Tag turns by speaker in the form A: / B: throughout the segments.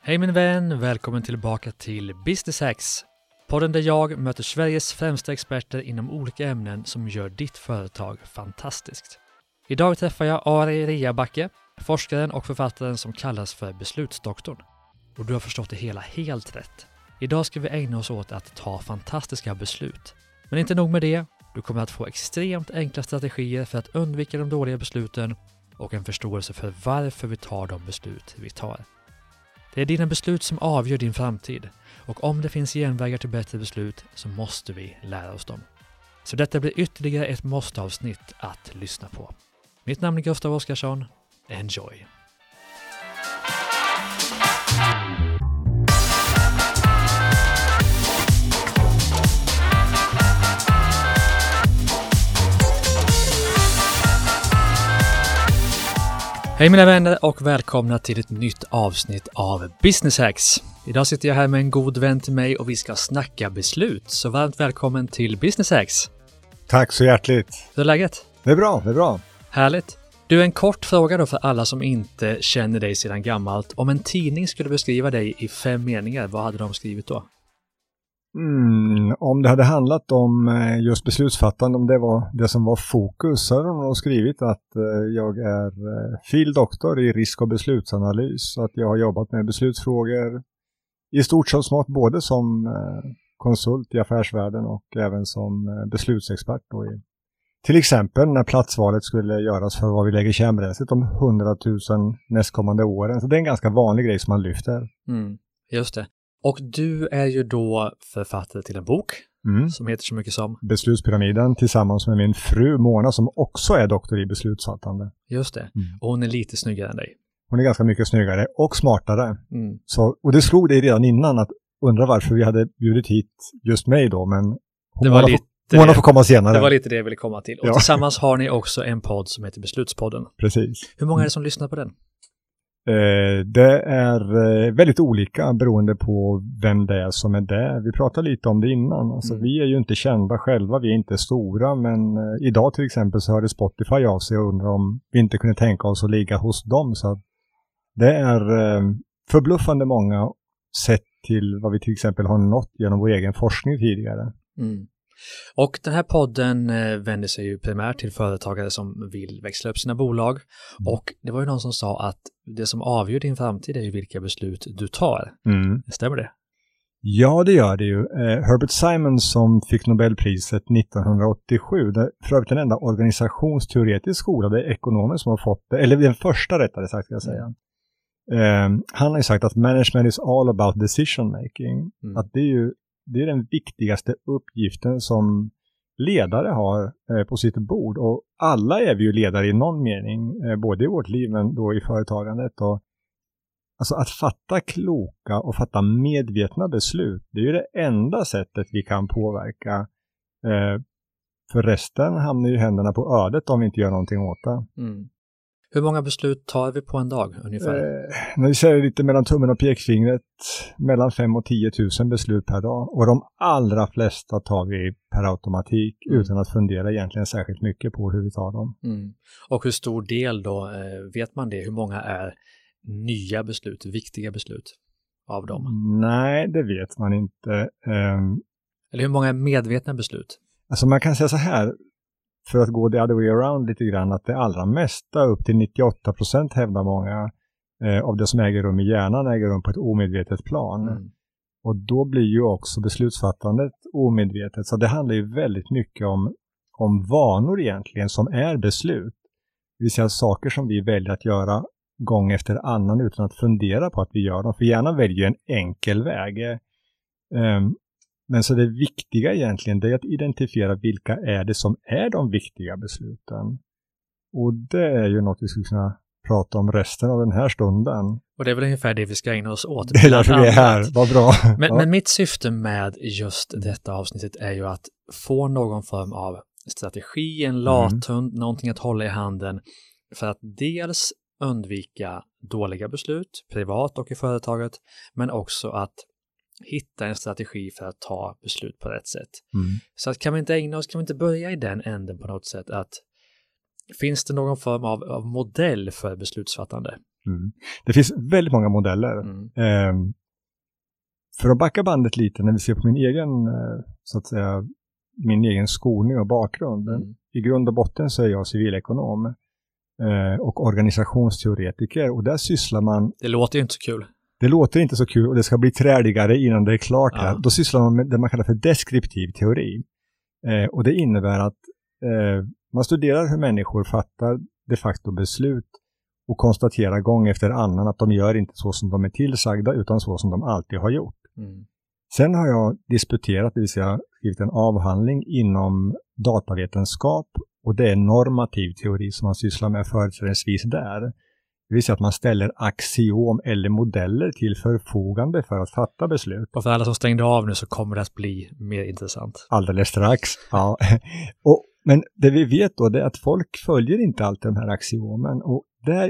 A: Hej min vän, välkommen tillbaka till Business Hacks. Podden där jag möter Sveriges främsta experter inom olika ämnen som gör ditt företag fantastiskt. Idag träffar jag Ari Riabacke, forskaren och författaren som kallas för beslutsdoktorn. Och du har förstått det hela helt rätt. Idag ska vi ägna oss åt att ta fantastiska beslut. Men inte nog med det, du kommer att få extremt enkla strategier för att undvika de dåliga besluten och en förståelse för varför vi tar de beslut vi tar. Det är dina beslut som avgör din framtid och om det finns genvägar till bättre beslut så måste vi lära oss dem. Så detta blir ytterligare ett måste-avsnitt att lyssna på. Mitt namn är Gustav Oskarsson. Enjoy! Hej mina vänner och välkomna till ett nytt avsnitt av Business Hacks. Idag sitter jag här med en god vän till mig och vi ska snacka beslut. Så varmt välkommen till Business Hacks.
B: Tack så hjärtligt.
A: Hur är läget?
B: Det är bra.
A: Härligt. Du, en kort fråga då för alla som inte känner dig sedan gammalt. Om en tidning skulle beskriva dig i 5 meningar, vad hade de skrivit då?
B: Om det hade handlat om just beslutsfattande, om det var det som var fokus, så hade de nog skrivit att jag är fil-doktor i risk- och beslutsanalys. Så att jag har jobbat med beslutsfrågor i stort som smått, både som konsult i affärsvärlden och även som beslutsexpert. Till exempel när platsvalet skulle göras för vad vi lägger kärnbränslet om 100 000 nästkommande åren. Så det är en ganska vanlig grej som man lyfter.
A: Just det. Och du är ju då författare till en bok som heter så mycket som
B: Beslutspyramiden, tillsammans med min fru Mona som också är doktor i beslutsfattande.
A: Just det. Och hon är lite snyggare än dig.
B: Hon är ganska mycket snyggare och smartare. Så, och det slog dig redan innan att undra varför vi hade bjudit hit just mig då, men Mona får komma senare.
A: Det var lite det jag ville komma till. Och tillsammans har ni också en podd som heter Beslutspodden.
B: Precis.
A: Hur många är det som lyssnar på den?
B: Det är väldigt olika beroende på vem det är som är där. Vi pratade lite om det innan. Alltså, vi är ju inte kända själva, vi är inte stora, men idag till exempel så hörde Spotify av sig och undrar om vi inte kunde tänka oss att ligga hos dem. Så det är förbluffande många sett till vad vi till exempel har nått genom vår egen forskning tidigare.
A: Och den här podden vänder sig ju primärt till företagare som vill växla upp sina bolag. Och det var ju någon som sa att det som avgör din framtid är ju vilka beslut du tar. Stämmer det?
B: Ja, det gör det ju. Herbert Simons som fick Nobelpriset 1987, det för övrigt den enda organisationsteoretisk skola, det är ekonomer som har fått det, eller den första rättare sagt ska jag säga. Han har ju sagt att management is all about decision making. Att det är den viktigaste uppgiften som ledare har på sitt bord. Och alla är vi ju ledare i någon mening, både i vårt liv men då i företagandet. Och, alltså att fatta kloka och fatta medvetna beslut, det är ju det enda sättet vi kan påverka. För resten hamnar ju händerna på ödet om vi inte gör någonting åt det.
A: Hur många beslut tar vi på en dag ungefär?
B: När vi säger lite mellan tummen och pekfingret, mellan 5 och 10 000 beslut per dag. Och de allra flesta tar vi per automatik utan att fundera egentligen särskilt mycket på hur vi tar dem.
A: Och hur stor del då, vet man det? Hur många är nya beslut, viktiga beslut av dem?
B: Nej, det vet man inte.
A: Eller hur många är medvetna beslut?
B: Alltså man kan säga så här, för att gå the other way around lite grann, att det allra mesta, upp till 98% hävdar många, av det som äger rum i hjärnan äger rum på ett omedvetet plan. Och då blir ju också beslutsfattandet omedvetet. Så det handlar ju väldigt mycket om vanor egentligen som är beslut. Det vill säga saker som vi väljer att göra gång efter annan utan att fundera på att vi gör dem. För hjärnan väljer en enkel väg. Men så det viktiga egentligen, det är att identifiera vilka är det som är de viktiga besluten. Och det är ju något vi skulle kunna prata om resten av den här stunden.
A: Och det är väl ungefär det vi ska ägna oss åt.
B: Det är därför vi är här, vad bra.
A: Men mitt syfte med just detta avsnittet är ju att få någon form av strategi, en lathund, någonting att hålla i handen. För att dels undvika dåliga beslut, privat och i företaget, men också att hitta en strategi för att ta beslut på rätt sätt. Så att kan vi inte börja i den änden på något sätt, att finns det någon form av modell för beslutsfattande?
B: Det finns väldigt många modeller. För att backa bandet lite när vi ser på min egen, så att säga, min egen skolning och bakgrund. I grund och botten så är jag civilekonom och organisationsteoretiker, och där sysslar man...
A: Det låter ju inte så kul.
B: Det låter inte så kul, och det ska bli träligare innan det är klart här. Då sysslar man med det man kallar för deskriptiv teori. Och det innebär att man studerar hur människor fattar de facto beslut och konstaterar gång efter annan att de gör inte så som de är tillsagda utan så som de alltid har gjort. Sen har jag disputerat, det vill säga skrivit en avhandling inom datavetenskap, och det är normativ teori som man sysslar med företrädesvis där. Det vill säga att man ställer axiom eller modeller till förfogande för att fatta beslut.
A: Och för alla som stängde av nu så kommer det att bli mer intressant.
B: Alldeles strax, ja. Men det vi vet då, det är att folk följer inte alltid de här axiomen, och där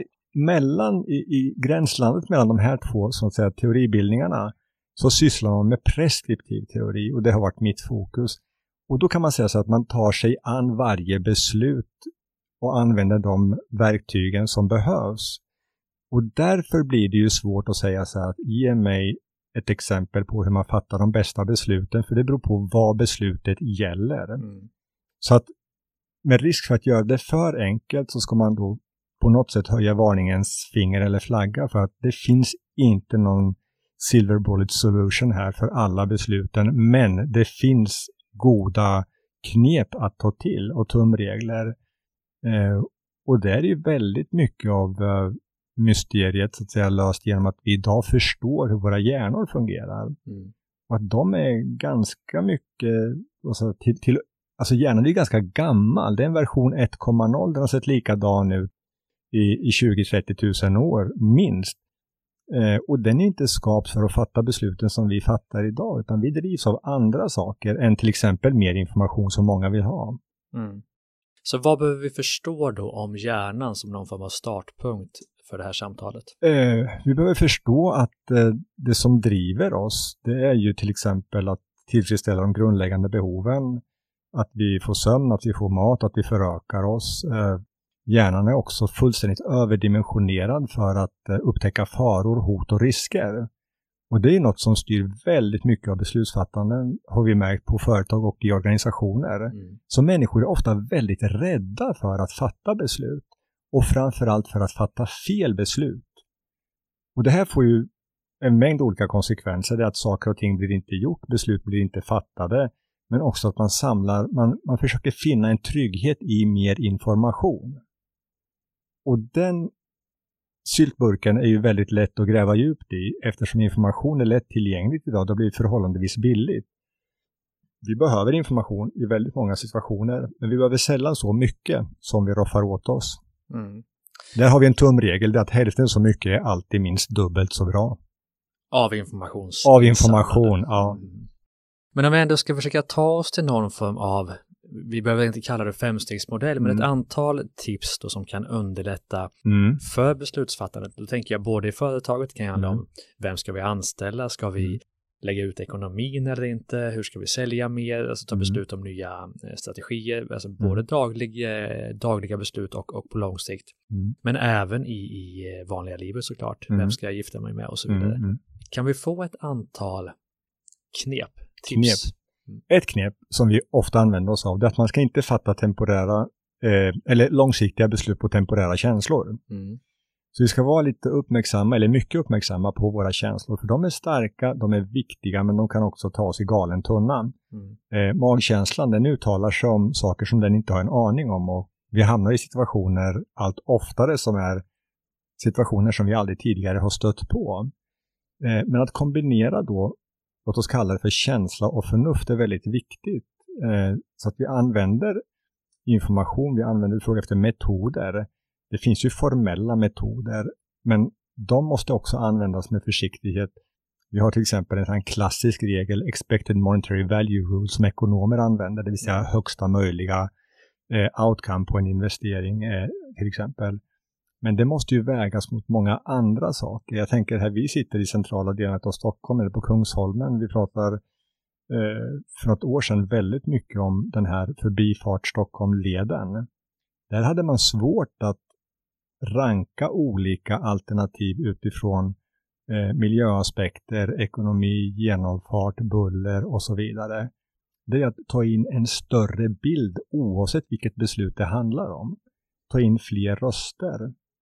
B: i gränslandet mellan de här två, så att säga, teoribildningarna, så sysslar man med preskriptiv teori, och det har varit mitt fokus. Och då kan man säga så att man tar sig an varje beslut och använder de verktygen som behövs. Och därför blir det ju svårt att säga så här att ge mig ett exempel på hur man fattar de bästa besluten, för det beror på vad beslutet gäller. Så att med risk för att göra det för enkelt så ska man då på något sätt höja varningens finger eller flagga för att det finns inte någon silver bullet solution här för alla besluten, men det finns goda knep att ta till och tumregler. Och det är ju väldigt mycket av mysteriet, så att säga, löst genom att vi idag förstår hur våra hjärnor fungerar. Och att de är ganska mycket, alltså hjärnan är ganska gammal. Det är en version 1.0, den har sett likadan ut i 20-30 000 år minst. Och den är inte skapt för att fatta besluten som vi fattar idag, utan vi drivs av andra saker än till exempel mer information som många vill ha.
A: Så vad behöver vi förstå då om hjärnan som någon form av startpunkt för det här samtalet?
B: Vi behöver förstå att det som driver oss, det är ju till exempel att tillfredsställa de grundläggande behoven, att vi får sömn, att vi får mat, att vi förökar oss. Hjärnan är också fullständigt överdimensionerad för att upptäcka faror, hot och risker. Och det är något som styr väldigt mycket av beslutsfattanden, har vi märkt på företag och i organisationer. Så människor är ofta väldigt rädda för att fatta beslut. Och framförallt för att fatta fel beslut. Och det här får ju en mängd olika konsekvenser. Det är att saker och ting blir inte gjort, beslut blir inte fattade. Men också att man försöker finna en trygghet i mer information. Och den syltburken är ju väldigt lätt att gräva djupt i, eftersom information är lätt tillgängligt idag. Det blir förhållandevis billigt. Vi behöver information i väldigt många situationer, men vi behöver sällan så mycket som vi roffar åt oss. Där har vi en tumregel, det är att hälften så mycket är alltid minst dubbelt så bra.
A: Av
B: information, ja.
A: Men om vi ändå ska försöka ta oss till någon form av, vi behöver inte kalla det femstegsmodell, men ett antal tips då som kan underlätta för beslutsfattandet. Då tänker jag både i företaget, kan handla om vem ska vi anställa, ska vi lägga ut ekonomin eller inte, hur ska vi sälja mer, alltså ta beslut om nya strategier, alltså både dagliga beslut och på lång sikt. Men även i vanliga livet såklart. Vem ska jag gifta mig med och så vidare. Kan vi få ett antal tips?
B: Ett knep som vi ofta använder oss av, det är att man ska inte fatta temporära eller långsiktiga beslut på temporära känslor. Så vi ska vara lite uppmärksamma, eller mycket uppmärksamma på våra känslor, för de är starka, de är viktiga, men de kan också ta oss i galen tunna. Magkänslan, den uttalar sig om saker som den inte har en aning om, och vi hamnar i situationer allt oftare som är situationer som vi aldrig tidigare har stött på. Men att kombinera då, låt oss kalla det för känsla och förnuft, är väldigt viktigt. Så att vi använder information, vi använder fråga efter metoder. Det finns ju formella metoder, men de måste också användas med försiktighet. Vi har till exempel en klassisk regel, expected monetary value rule, som ekonomer använder, det vill säga högsta möjliga outcome på en investering till exempel. Men det måste ju vägas mot många andra saker. Jag tänker här, vi sitter i centrala delen av Stockholm eller på Kungsholmen. Vi pratar för något år sedan väldigt mycket om den här förbifart Stockholm-leden. Där hade man svårt att ranka olika alternativ utifrån miljöaspekter, ekonomi, genomfart, buller och så vidare. Det är att ta in en större bild oavsett vilket beslut det handlar om. Ta in fler röster.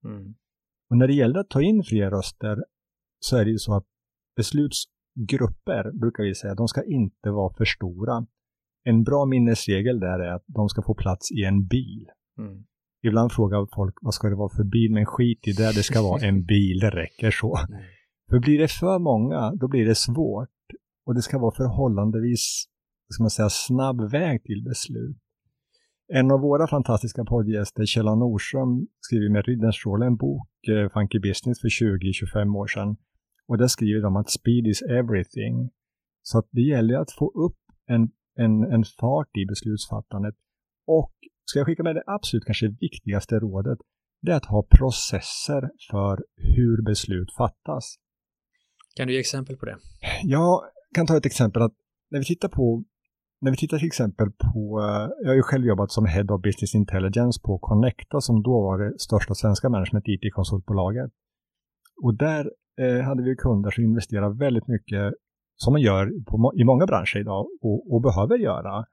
B: Och när det gäller att ta in fler röster så är det ju så att beslutsgrupper, brukar vi säga, de ska inte vara för stora. En bra minnesregel där är att de ska få plats i en bil. Ibland frågar folk, vad ska det vara för bil? Men skit i det ska vara en bil, det räcker så. För blir det för många, då blir det svårt. Och det ska vara förhållandevis, ska man säga, snabb väg till beslut. En av våra fantastiska poddgäster, Kjellan Nordström, skriver med Ridderstråle en bok, Funky Business, för 20-25 år sedan. Och där skriver de att speed is everything. Så att det gäller att få upp en fart i beslutsfattandet. Och ska jag skicka med det absolut kanske viktigaste rådet, det är att ha processer för hur beslut fattas.
A: Kan du ge exempel på det?
B: Jag kan ta ett exempel att när vi tittar till exempel på, jag har ju själv jobbat som Head of Business Intelligence på Connecta som då var det största svenska management IT-konsultbolaget. Och där hade vi kunder som investerade väldigt mycket, som man gör i många branscher idag och behöver göra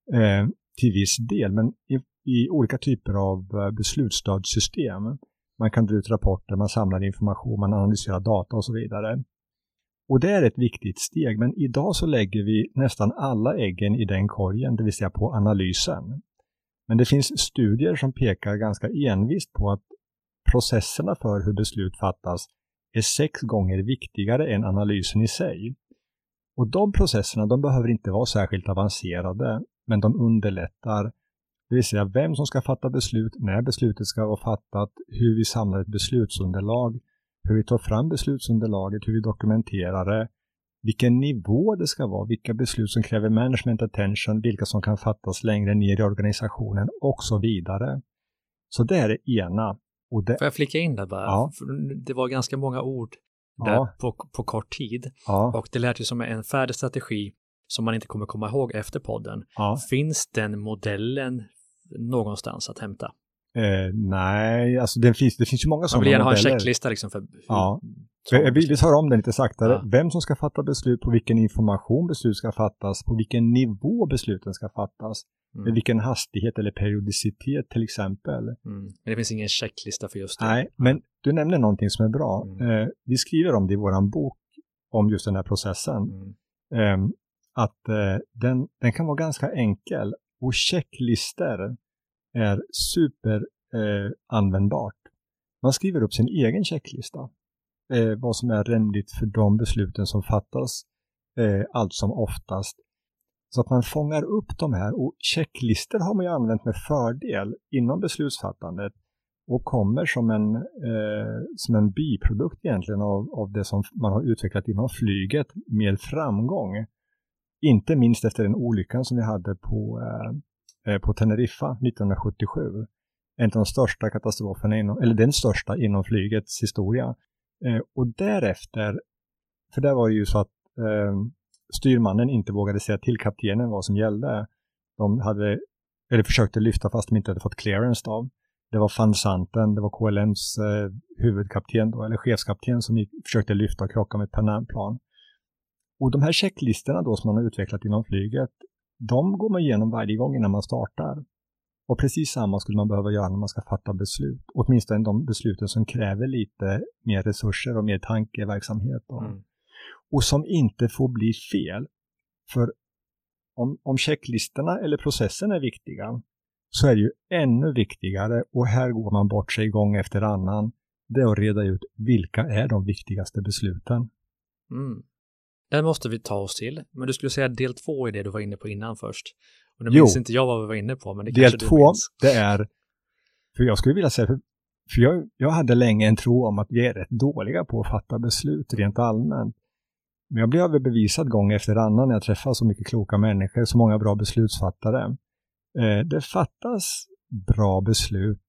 B: till viss del, men i olika typer av beslutsstödssystem. Man kan dra ut rapporter, man samlar information, man analyserar data och så vidare. Och det är ett viktigt steg, men idag så lägger vi nästan alla äggen i den korgen, det vill säga på analysen. Men det finns studier som pekar ganska envist på att processerna för hur beslut fattas är 6 gånger viktigare än analysen i sig. Och de processerna, de behöver inte vara särskilt avancerade, men de underlättar, det vill säga vem som ska fatta beslut, när beslutet ska vara fattat, hur vi samlar ett beslutsunderlag, hur vi tar fram beslutsunderlaget, hur vi dokumenterar det, vilken nivå det ska vara, vilka beslut som kräver management attention, vilka som kan fattas längre ner i organisationen och så vidare. Så det är det ena. Och det...
A: Får jag flika in där bara?
B: Ja.
A: För det var ganska många ord där på kort tid.
B: Ja.
A: Och det lät ju som en färdig strategi som man inte kommer komma ihåg efter podden.
B: Ja.
A: Finns den modellen någonstans att hämta?
B: Nej, alltså det finns ju många sådana modeller.
A: Man vill gärna ha en checklista liksom för
B: jag vill höra om den lite saktare.
A: Ja.
B: Vem som ska fatta beslut, på vilken information beslut ska fattas, på vilken nivå besluten ska fattas, med vilken hastighet eller periodicitet till exempel.
A: Men det finns ingen checklista för just det.
B: Nej, men du nämnde någonting som är bra. Vi skriver om det i våran bok om just den här processen. Att den kan vara ganska enkel och checklister är super användbart. Man skriver upp sin egen checklista. Vad som är rimligt för de besluten som fattas allt som oftast. Så att man fångar upp de här, och checklister har man ju använt med fördel inom beslutsfattandet och kommer som en biprodukt egentligen av det som man har utvecklat inom flyget med framgång. Inte minst efter den olyckan som vi hade på Teneriffa 1977. En av de största katastroferna eller den största inom flygets historia. Och därefter, för det var ju så att styrmannen inte vågade säga till kaptenen vad som gällde. De försökte lyfta fast de inte hade fått clearance av. Det var Van Santen, det var KLMs huvudkapten då, eller chefskapten som försökte lyfta och krocka med ett Panam-plan. Och de här checklistorna då som man har utvecklat inom flyget, de går man igenom varje gång innan man startar. Och precis samma skulle man behöva göra när man ska fatta beslut. Åtminstone de besluten som kräver lite mer resurser och mer tankeverksamhet. Och som inte får bli fel. För om checklistorna eller processen är viktiga, så är det ju ännu viktigare, och här går man bort sig gång efter annan, det är att reda ut vilka är de viktigaste besluten.
A: Den måste vi ta oss till. Men du skulle säga del 2 är det du var inne på innan först. Och nu minns inte jag vad vi var inne på, men det
B: del
A: kanske
B: 2,
A: du minns.
B: det är, för jag skulle vilja säga, för jag hade länge en tro om att vi är rätt dåliga på att fatta beslut rent allmänt. Men jag blir överbevisad gång efter annan när jag träffar så mycket kloka människor, så många bra beslutsfattare. Det fattas bra beslut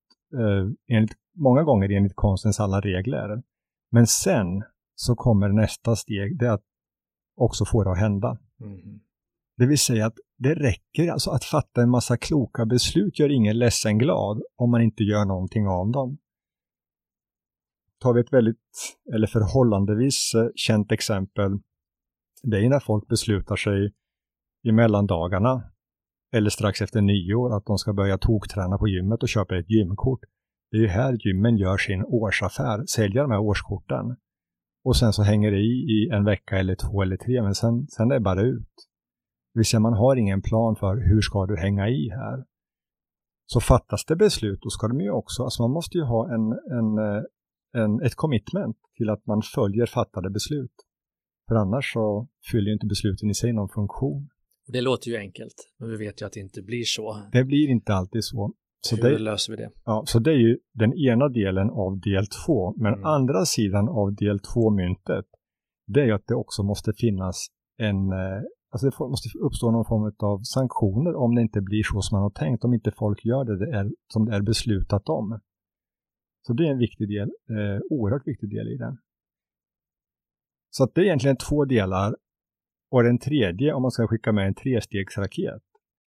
B: många gånger enligt konstens alla regler. Men sen så kommer nästa steg, det är att också få det att hända. Det vill säga att det räcker, alltså att fatta en massa kloka beslut gör ingen ledsen glad om man inte gör någonting av dem. tar vi ett väldigt, eller förhållandevis känt exempel. Det är när folk beslutar sig i mellandagarna eller strax efter nyår att de ska börja tokträna på gymmet och köpa ett gymkort. Det är ju här gymmen gör sin årsaffär, säljer de här årskorten. Och sen så hänger det i en vecka eller 2 eller 3, men sen är det bara ut. Det vill säga man har ingen plan för hur ska du hänga i här. Så fattas det beslut, då ska de ju också, alltså man måste ju ha ett commitment till att man följer fattade beslut. För annars så fyller ju inte besluten i sig någon funktion.
A: Det låter ju enkelt, men vi vet ju att det inte blir så.
B: Det blir inte alltid så. Så
A: hur löser vi det?
B: Ja, så det är ju den ena delen av del 2. Men andra sidan av del 2-myntet, det är ju att det också måste finnas alltså det måste uppstå någon form av sanktioner om det inte blir så som man har tänkt, om inte folk gör det som det är beslutat om. Så det är en viktig del, oerhört viktig del i det. Så att det är egentligen 2 delar. Och den tredje, om man ska skicka med en 3-stegsraket.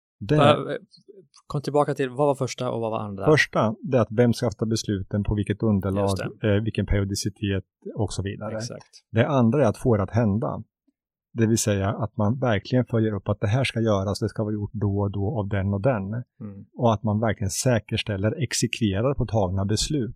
A: Kom tillbaka till, vad var första och vad var andra?
B: Första, det är att vem ska fatta besluten, på vilket underlag, vilken periodicitet och så vidare.
A: Exakt.
B: Det andra är att få det att hända. Det vill säga att man verkligen följer upp att det här ska göras, det ska vara gjort då och då av den och den. Och att man verkligen säkerställer, exekverar på tagna beslut.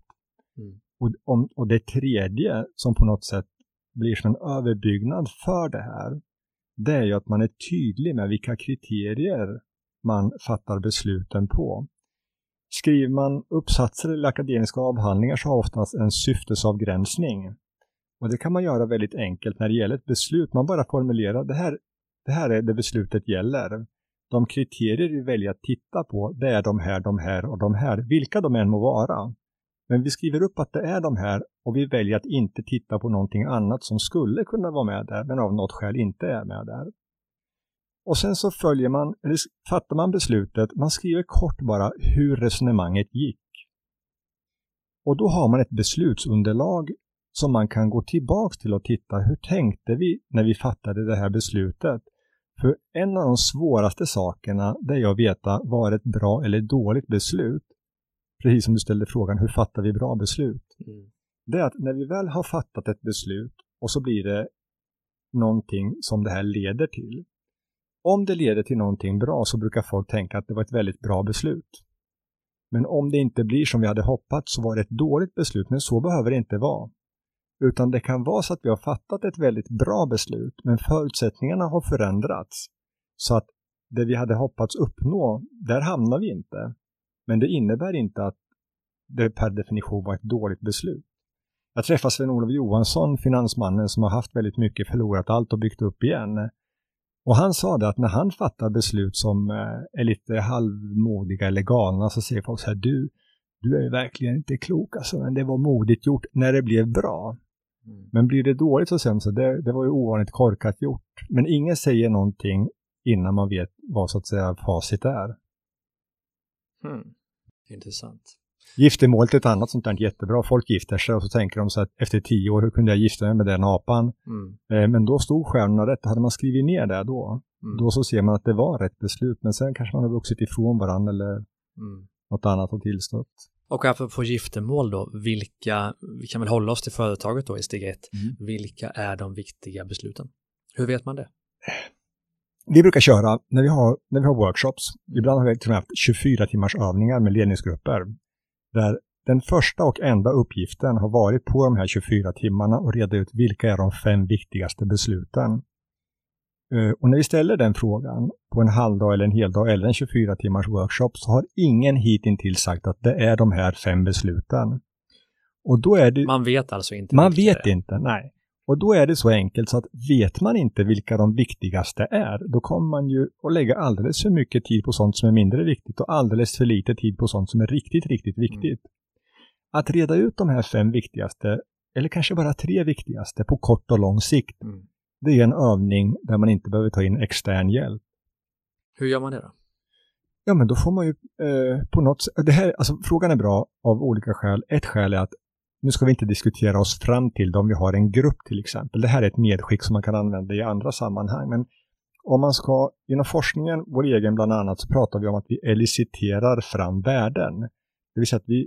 B: Och det tredje som på något sätt blir som en överbyggnad för det här, det är ju att man är tydlig med vilka kriterier man fattar besluten på. Skriver man uppsatser eller akademiska avhandlingar så har oftast en syftesavgränsning. Och det kan man göra väldigt enkelt när det gäller ett beslut. Man bara formulerar, det här är det beslutet gäller. De kriterier vi väljer att titta på, det är de här och de här. Vilka de än må vara. Men vi skriver upp att det är de här och vi väljer att inte titta på någonting annat som skulle kunna vara med där men av något skäl inte är med där. Och sen så fattar man beslutet, man skriver kort bara hur resonemanget gick. Och då har man ett beslutsunderlag som man kan gå tillbaka till och titta, hur tänkte vi när vi fattade det här beslutet? För en av de svåraste sakerna det är att veta, var det ett bra eller dåligt beslut? Precis som du ställde frågan, hur fattar vi bra beslut? Det är att när vi väl har fattat ett beslut och så blir det någonting som det här leder till. Om det leder till någonting bra så brukar folk tänka att det var ett väldigt bra beslut. Men om det inte blir som vi hade hoppats så var det ett dåligt beslut, men så behöver det inte vara. Utan det kan vara så att vi har fattat ett väldigt bra beslut, men förutsättningarna har förändrats. Så att det vi hade hoppats uppnå, där hamnar vi inte. Men det innebär inte att det per definition var ett dåligt beslut. Jag träffade Sven-Olof Johansson, finansmannen som har haft väldigt mycket, förlorat allt och byggt upp igen. Och han sa det att när han fattar beslut som är lite halvmodiga eller galna så säger folk så här, du är verkligen inte klok alltså, men det var modigt gjort när det blev bra. Men blir det dåligt så säger man så det var ju ovanligt korkat gjort. Men ingen säger någonting innan man vet vad så att säga facit är.
A: Intressant.
B: Giftermålet är ett annat sånt där jättebra. Folk gifter sig och så tänker de så att efter 10 år, hur kunde jag gifta mig med den apan? Men då stod stjärnorna rätt. Hade man skrivit ner det då så ser man att det var rätt beslut. Men sen kanske man har vuxit ifrån varandra eller något annat har tillstått.
A: Och apropå giftermål då, vi kan väl hålla oss till företaget då i steg 1. Vilka är de viktiga besluten? Hur vet man det?
B: Vi brukar köra, när vi har workshops, ibland har vi till och med haft 24 timmars övningar med ledningsgrupper. Där den första och enda uppgiften har varit på de här 24 timmarna och reda ut vilka är de 5 viktigaste besluten. Och när vi ställer den frågan på en halvdag eller en hel dag eller en 24 timmars workshop så har ingen hittills sagt att det är de här 5 besluten. Och då är det...
A: Man vet alltså inte.
B: Man vet inte, nej. Och då är det så enkelt så att vet man inte vilka de viktigaste är, då kommer man ju att lägga alldeles för mycket tid på sånt som är mindre viktigt och alldeles för lite tid på sånt som är riktigt, riktigt viktigt. Att reda ut de här 5 viktigaste, eller kanske bara 3 viktigaste på kort och lång sikt, det är en övning där man inte behöver ta in extern hjälp.
A: Hur gör man det då?
B: Ja, men då får man ju på något sätt, alltså frågan är bra av olika skäl. Ett skäl är att nu ska vi inte diskutera oss fram till det om vi har en grupp till exempel. Det här är ett medskick som man kan använda i andra sammanhang. Men om man ska, inom forskningen, vår egen bland annat, så pratar vi om att vi eliciterar fram värden. Det vill säga att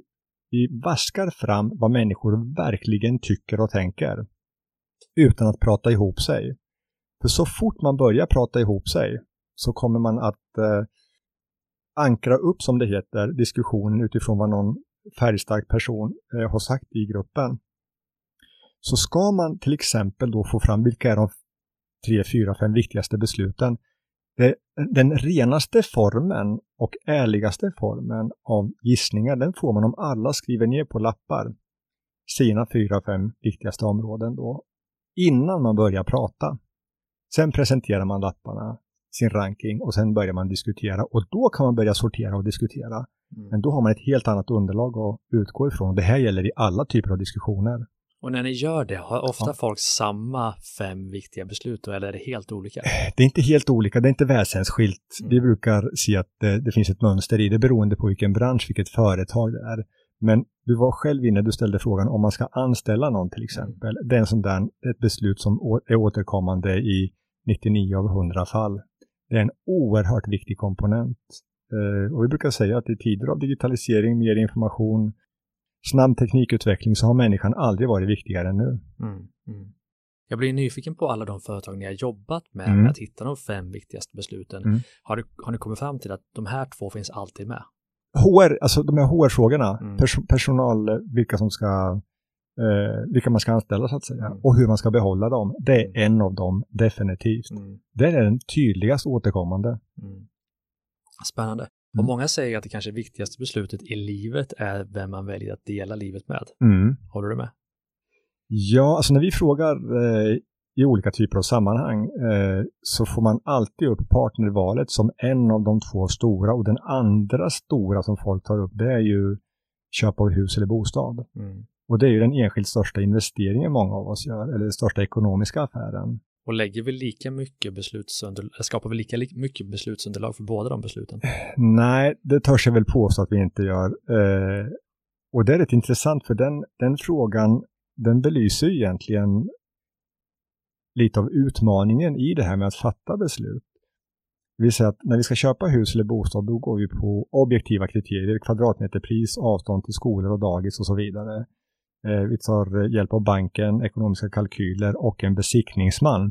B: Vi vaskar fram vad människor verkligen tycker och tänker utan att prata ihop sig. För så fort man börjar prata ihop sig så kommer man att ankra upp, som det heter, diskussionen utifrån vad någon färgstark person har sagt i gruppen. Så ska man till exempel då få fram vilka är de 3, 4, 5 viktigaste besluten. Den renaste formen och ärligaste formen av gissningar, den får man om alla skriver ner på lappar sina 4, 5 viktigaste områden då, innan man börjar prata. Sen presenterar man lapparna, sin ranking, och sen börjar man diskutera, och då kan man börja sortera och diskutera. Men då har man ett helt annat underlag att utgå ifrån. Det här gäller i alla typer av diskussioner.
A: Och när ni gör det, har ofta folk samma 5 viktiga beslut då, eller är det helt olika?
B: Det är inte helt olika, det är inte väsensskilt. Vi brukar se att det finns ett mönster i det beroende på vilken bransch, vilket företag det är. Men du var själv inne, du ställde frågan om man ska anställa någon till exempel. Det är en sån där, ett beslut som är återkommande i 99 av 100 fall. Det är en oerhört viktig komponent. Och vi brukar säga att i tider av digitalisering, mer information, snabb teknikutveckling, så har människan aldrig varit viktigare än nu.
A: Jag blir nyfiken på alla de företag ni har jobbat med att hitta de 5 viktigaste besluten. Har ni kommit fram till att de här 2 finns alltid med?
B: HR, alltså de här HR-frågorna, personal, vilka man ska anställa så att säga, och hur man ska behålla dem, det är en av dem definitivt. Det är den tydligast återkommande.
A: Spännande. Och många säger att det kanske viktigaste beslutet i livet är vem man väljer att dela livet med. Håller du med?
B: Ja, alltså när vi frågar i olika typer av sammanhang så får man alltid upp partnervalet som en av de 2 stora, och den andra stora som folk tar upp, det är ju köp av hus eller bostad. Och det är ju den enskilt största investeringen många av oss gör, eller den största ekonomiska affären.
A: Och lägger vi lika mycket skapar vi lika mycket beslutsunderlag för båda de besluten?
B: Nej, det törs jag väl påstå att vi inte gör. Och det är rätt intressant, för den frågan, den belyser egentligen lite av utmaningen i det här med att fatta beslut. Det vill säga att när vi ska köpa hus eller bostad, då går vi på objektiva kriterier, kvadratmeterpris, avstånd till skolor och dagis och så vidare. Vi tar hjälp av banken, ekonomiska kalkyler och en besiktningsman.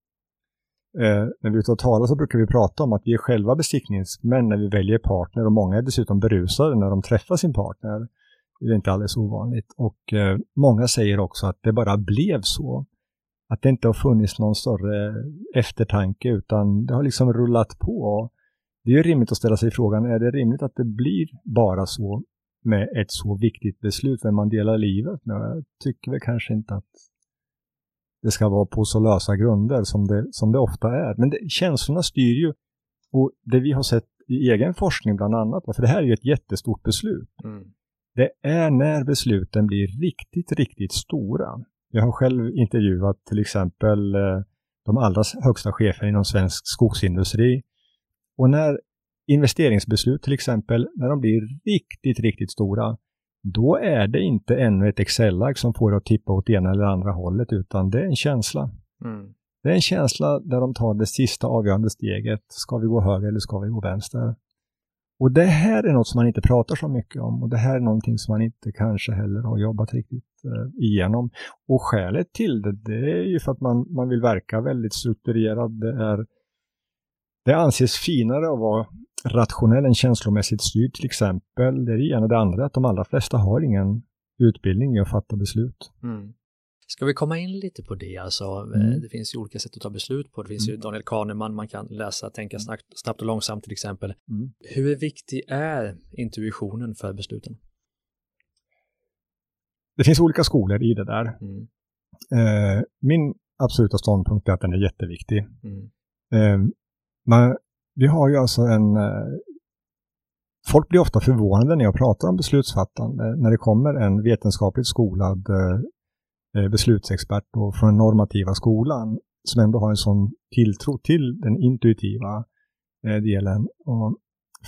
B: När vi är ute och talar så brukar vi prata om att vi är själva besiktningsmän när vi väljer partner, och många är dessutom berusade när de träffar sin partner. Det är inte alldeles ovanligt. Och många säger också att det bara blev så. Att det inte har funnits någon större eftertanke, utan det har liksom rullat på. Det är ju rimligt att ställa sig frågan, är det rimligt att det blir bara så med ett så viktigt beslut när man delar livet? Men jag tycker väl kanske inte att det ska vara på så lösa grunder som det ofta är. Men känslorna styr ju, och det vi har sett i egen forskning bland annat, för det här är ju ett jättestort beslut. Det är när besluten blir riktigt, riktigt stora. Jag har själv intervjuat till exempel de allra högsta cheferna inom svensk skogsindustri. Och när investeringsbeslut till exempel, när de blir riktigt, riktigt stora, då är det inte ännu ett Excel-ark som får att tippa åt ena eller andra hållet, utan det är en känsla. Det är en känsla där de tar det sista avgörande steget. Ska vi gå höger eller ska vi gå vänster? Och det här är något som man inte pratar så mycket om, och det här är någonting som man inte kanske heller har jobbat riktigt igenom. Och skälet till det är ju för att man vill verka väldigt strukturerad. Det anses finare att vara rationell än känslomässigt styrd till exempel. Det är det ena. Det andra att de allra flesta har ingen utbildning i att fatta beslut.
A: Ska vi komma in lite på det? Alltså, det finns ju olika sätt att ta beslut på. Det finns ju Daniel Kahneman, man kan läsa, tänka snabbt och långsamt till exempel. Hur viktig är intuitionen för besluten? Det
B: finns olika skolor i det där. Min absoluta ståndpunkt är att den är jätteviktig. Vi har ju alltså folk blir ofta förvånade när jag pratar om beslutsfattande, när det kommer en vetenskapligt skolad beslutsexpert från den normativa skolan som ändå har en sån tilltro till den intuitiva delen. Och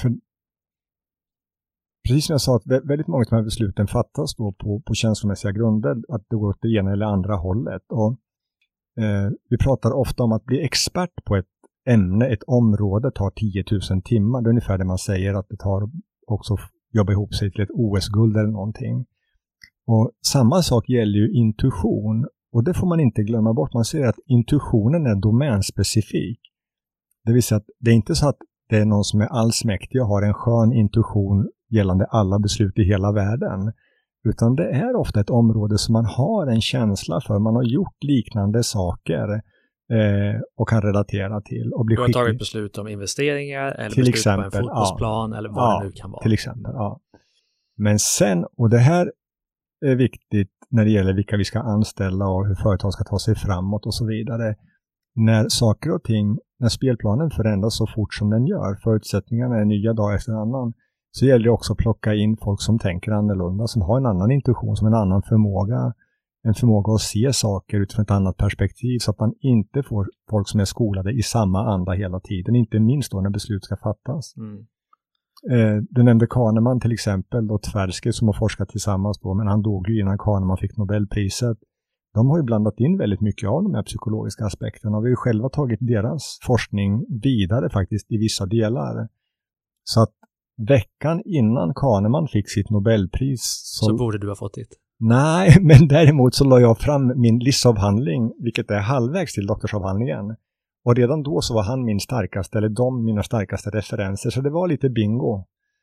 B: precis som jag sa, att väldigt många av de här besluten fattas då på känslomässiga grunder, att det går åt det ena eller andra hållet. Och vi pratar ofta om att bli expert på ett ämne, ett område tar 10 000 timmar. Det är ungefär det man säger att det tar också jobba ihop sig till ett OS-guld eller någonting. Och samma sak gäller ju intuition. Och det får man inte glömma bort. Man ser att intuitionen är domänspecifik. Det vill säga att det är inte så att det är någon som är allsmäktig och har en skön intuition gällande alla beslut i hela världen. Utan det är ofta ett område som man har en känsla för. Man har gjort liknande saker och kan relatera till. Och bli
A: du har tagit beslut om investeringar eller
B: till
A: beslut
B: exempel,
A: på en fotbollsplan eller vad det nu kan vara.
B: Till exempel, ja. Men sen, och det här är viktigt när det gäller vilka vi ska anställa och hur företag ska ta sig framåt och så vidare. När saker och ting, när spelplanen förändras så fort som den gör, förutsättningarna är nya dag efter annan, så gäller det också att plocka in folk som tänker annorlunda, som har en annan intuition, som en annan förmåga. En förmåga att se saker utifrån ett annat perspektiv så att man inte får folk som är skolade i samma anda hela tiden, inte minst då när beslut ska fattas. Du nämnde Kahneman till exempel, och Tversky som har forskat tillsammans då, men han dog ju innan Kahneman fick Nobelpriset. De har ju blandat in väldigt mycket av de här psykologiska aspekterna och vi har ju själva tagit deras forskning vidare faktiskt i vissa delar. Så att veckan innan Kahneman fick sitt Nobelpris
A: så borde du ha fått det.
B: Nej, men däremot så la jag fram min livsavhandling, vilket är halvvägs till doktorsavhandlingen. Och redan då så var han min starkaste, eller mina starkaste referenser, så det var lite bingo.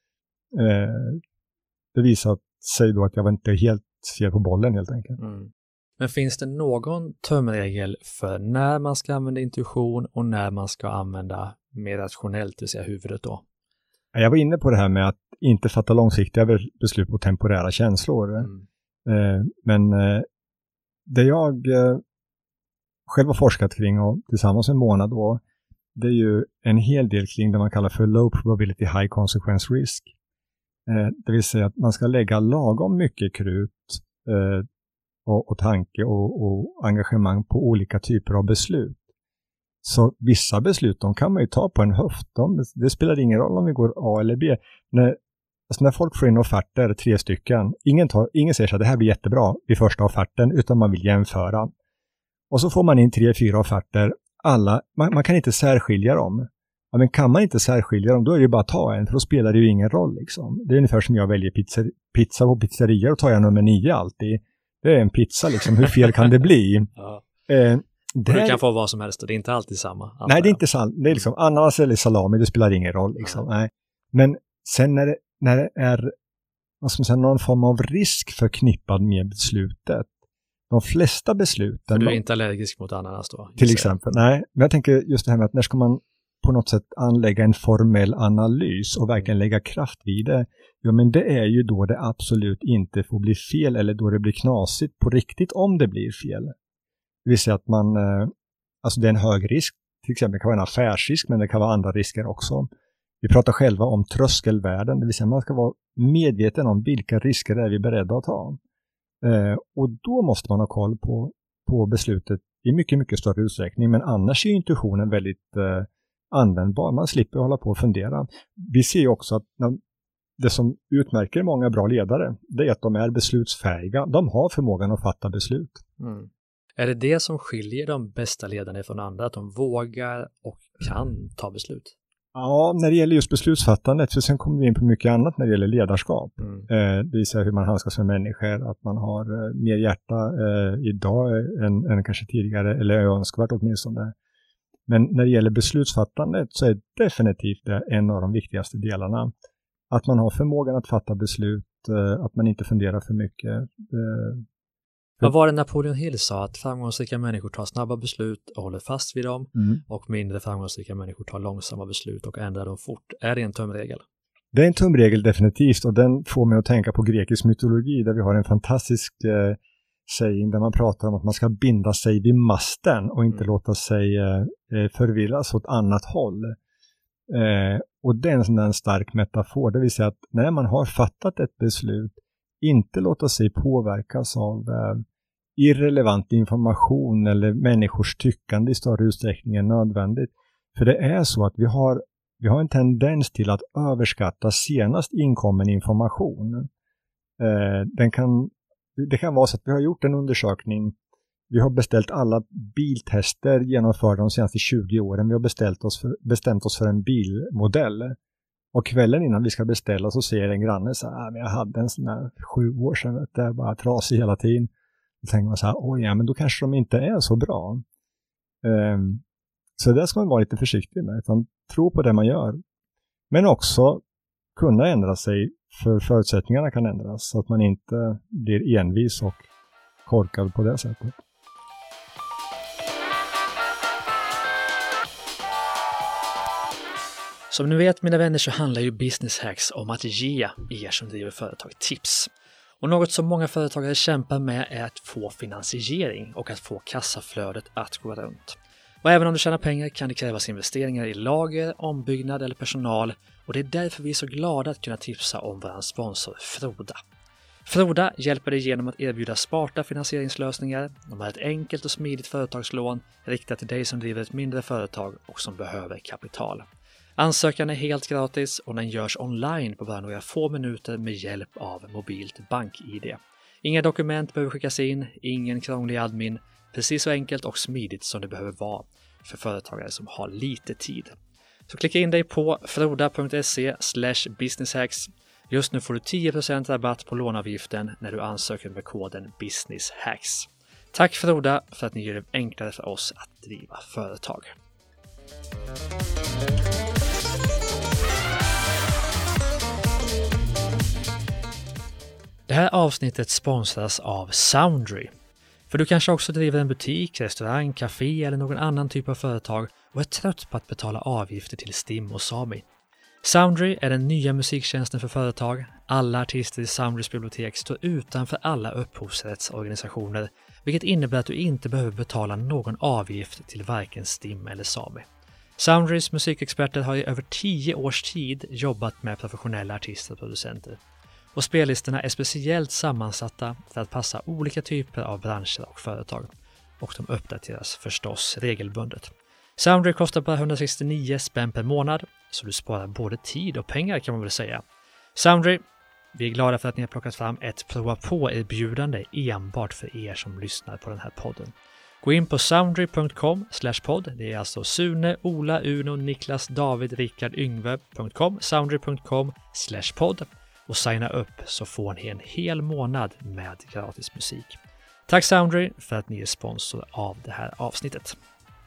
B: Det visade sig då att jag var inte helt fel på bollen helt enkelt.
A: Men finns det någon tumregel för när man ska använda intuition och när man ska använda mer rationellt, det vill säga huvudet då?
B: Jag var inne på det här med att inte fatta långsiktiga beslut på temporära känslor. Men det jag själv har forskat kring och tillsammans en månad då, det är ju en hel del kring det man kallar för low probability high consequence risk. Det vill säga att man ska lägga lagom mycket krut och tanke och engagemang på olika typer av beslut. Så vissa beslut de kan man ju ta på en höft. Det spelar ingen roll om vi går A eller B. När folk får in offerter, 3 stycken, ingen säger så att det här blir jättebra vid första offerten, utan man vill jämföra. Och så får man in 3-4 offerter. Man kan inte särskilja dem. Ja, men kan man inte särskilja dem, då är det ju bara att ta en, för då spelar det ju ingen roll. Liksom. Det är ungefär som jag väljer pizza på pizzerior och tar jag nummer 9 alltid. Det är en pizza, liksom. Hur fel kan det bli?
A: Ja. Det kan få vad som helst och det är inte alltid samma.
B: Nej, det är inte sant. Det är liksom ananas eller salami, det spelar ingen roll. Liksom. Nej. Men sen när det är någon form av risk förknippad med beslutet, de flesta besluten...
A: För du är inte allergisk mot ananas då?
B: Till exempel, nej. Men jag tänker just det här med att när ska man på något sätt anlägga en formell analys och verkligen lägga kraft vid det. Ja, men det är ju då det absolut inte får bli fel eller då det blir knasigt på riktigt om det blir fel. Det vill säga att alltså det är en hög risk, till exempel det kan vara en affärsrisk men det kan vara andra risker också. Vi pratar själva om tröskelvärden, det vill säga man ska vara medveten om vilka risker är vi beredda att ta. Och då måste man ha koll på beslutet i mycket, mycket större utsträckning. Men annars är intuitionen väldigt användbar. Man slipper hålla på och fundera. Vi ser också att det som utmärker många bra ledare, det är att de är beslutsfähiga. De har förmågan att fatta beslut.
A: Är det som skiljer de bästa ledarna från andra? Att de vågar och kan ta beslut? Ja,
B: när det gäller just beslutsfattandet, för sen kommer vi in på mycket annat när det gäller ledarskap. Det visar hur man handskas med människor, att man har mer hjärta idag än kanske tidigare, eller önskvärt åtminstone. Men när det gäller beslutsfattandet så är definitivt det en av de viktigaste delarna. Att man har förmågan att fatta beslut, att man inte funderar för mycket.
A: Vad var det Napoleon Hill sa? Att framgångsrika människor tar snabba beslut och håller fast vid dem och mindre framgångsrika människor tar långsamma beslut och ändrar dem fort. Är det en tumregel?
B: Det är en tumregel definitivt och den får mig att tänka på grekisk mytologi där vi har en fantastisk saying där man pratar om att man ska binda sig vid masten och inte låta sig förvillas åt annat håll. Och det är en sån där stark metafor, det vill säga att när man har fattat ett beslut inte låta sig påverkas av irrelevant information eller människors tyckande i större utsträckning än nödvändigt. För det är så att vi har en tendens till att överskatta senast inkommen information. Det kan vara så att vi har gjort en undersökning. Vi har beställt alla biltester genomförda de senaste 20 åren. Vi har bestämt oss för en bilmodell. Och kvällen innan vi ska beställa så ser en granne så här, men jag hade en sån här 7 år sedan, det är bara trasig hela tiden. Då tänker man så här, oj ja, men då kanske de inte är så bra. Så det ska man vara lite försiktig med, utan tro på det man gör. Men också kunna ändra sig, för förutsättningarna kan ändras, så att man inte blir envis och korkad på det sättet.
A: Som ni vet, mina vänner, så handlar ju Business Hacks om att ge er som driver företag tips. Och något som många företagare kämpar med är att få finansiering och att få kassaflödet att gå runt. Och även om du tjänar pengar kan det krävas investeringar i lager, ombyggnad eller personal, och det är därför vi är så glada att kunna tipsa om vår sponsor Froda. Froda hjälper dig genom att erbjuda smarta finansieringslösningar. De har ett enkelt och smidigt företagslån riktat till dig som driver ett mindre företag och som behöver kapital. Ansökan är helt gratis och den görs online på bara några få minuter med hjälp av mobilt bank-ID. Inga dokument behöver skickas in, ingen krånglig admin, precis så enkelt och smidigt som det behöver vara för företagare som har lite tid. Så klicka in dig på froda.se/businesshacks. Just nu får du 10% rabatt på låneavgiften när du ansöker med koden businesshacks. Tack Froda för att ni gör det enklare för oss att driva företag. Det här avsnittet sponsras av Soundry. För du kanske också driver en butik, restaurang, café eller någon annan typ av företag och är trött på att betala avgifter till Stim och Sami. Soundry är den nya musiktjänsten för företag. Alla artister i Soundrys bibliotek står utanför alla upphovsrättsorganisationer, vilket innebär att du inte behöver betala någon avgift till varken Stim eller Sami. Soundrys musikexperter har i över 10 års tid jobbat med professionella artister och producenter. Och spellistorna är speciellt sammansatta för att passa olika typer av branscher och företag. Och de uppdateras förstås regelbundet. Soundry kostar bara 169 spänn per månad, så du sparar både tid och pengar kan man väl säga. Soundry, vi är glada för att ni har plockat fram ett prova på-erbjudande enbart för er som lyssnar på den här podden. Gå in på soundry.com/podd, det är alltså Sune, Ola, Uno, Niklas, David, Rickard, Yngve.com, soundry.com/podd. Och signa upp så får ni en hel månad med gratis musik. Tack Soundry för att ni är sponsor av det här avsnittet.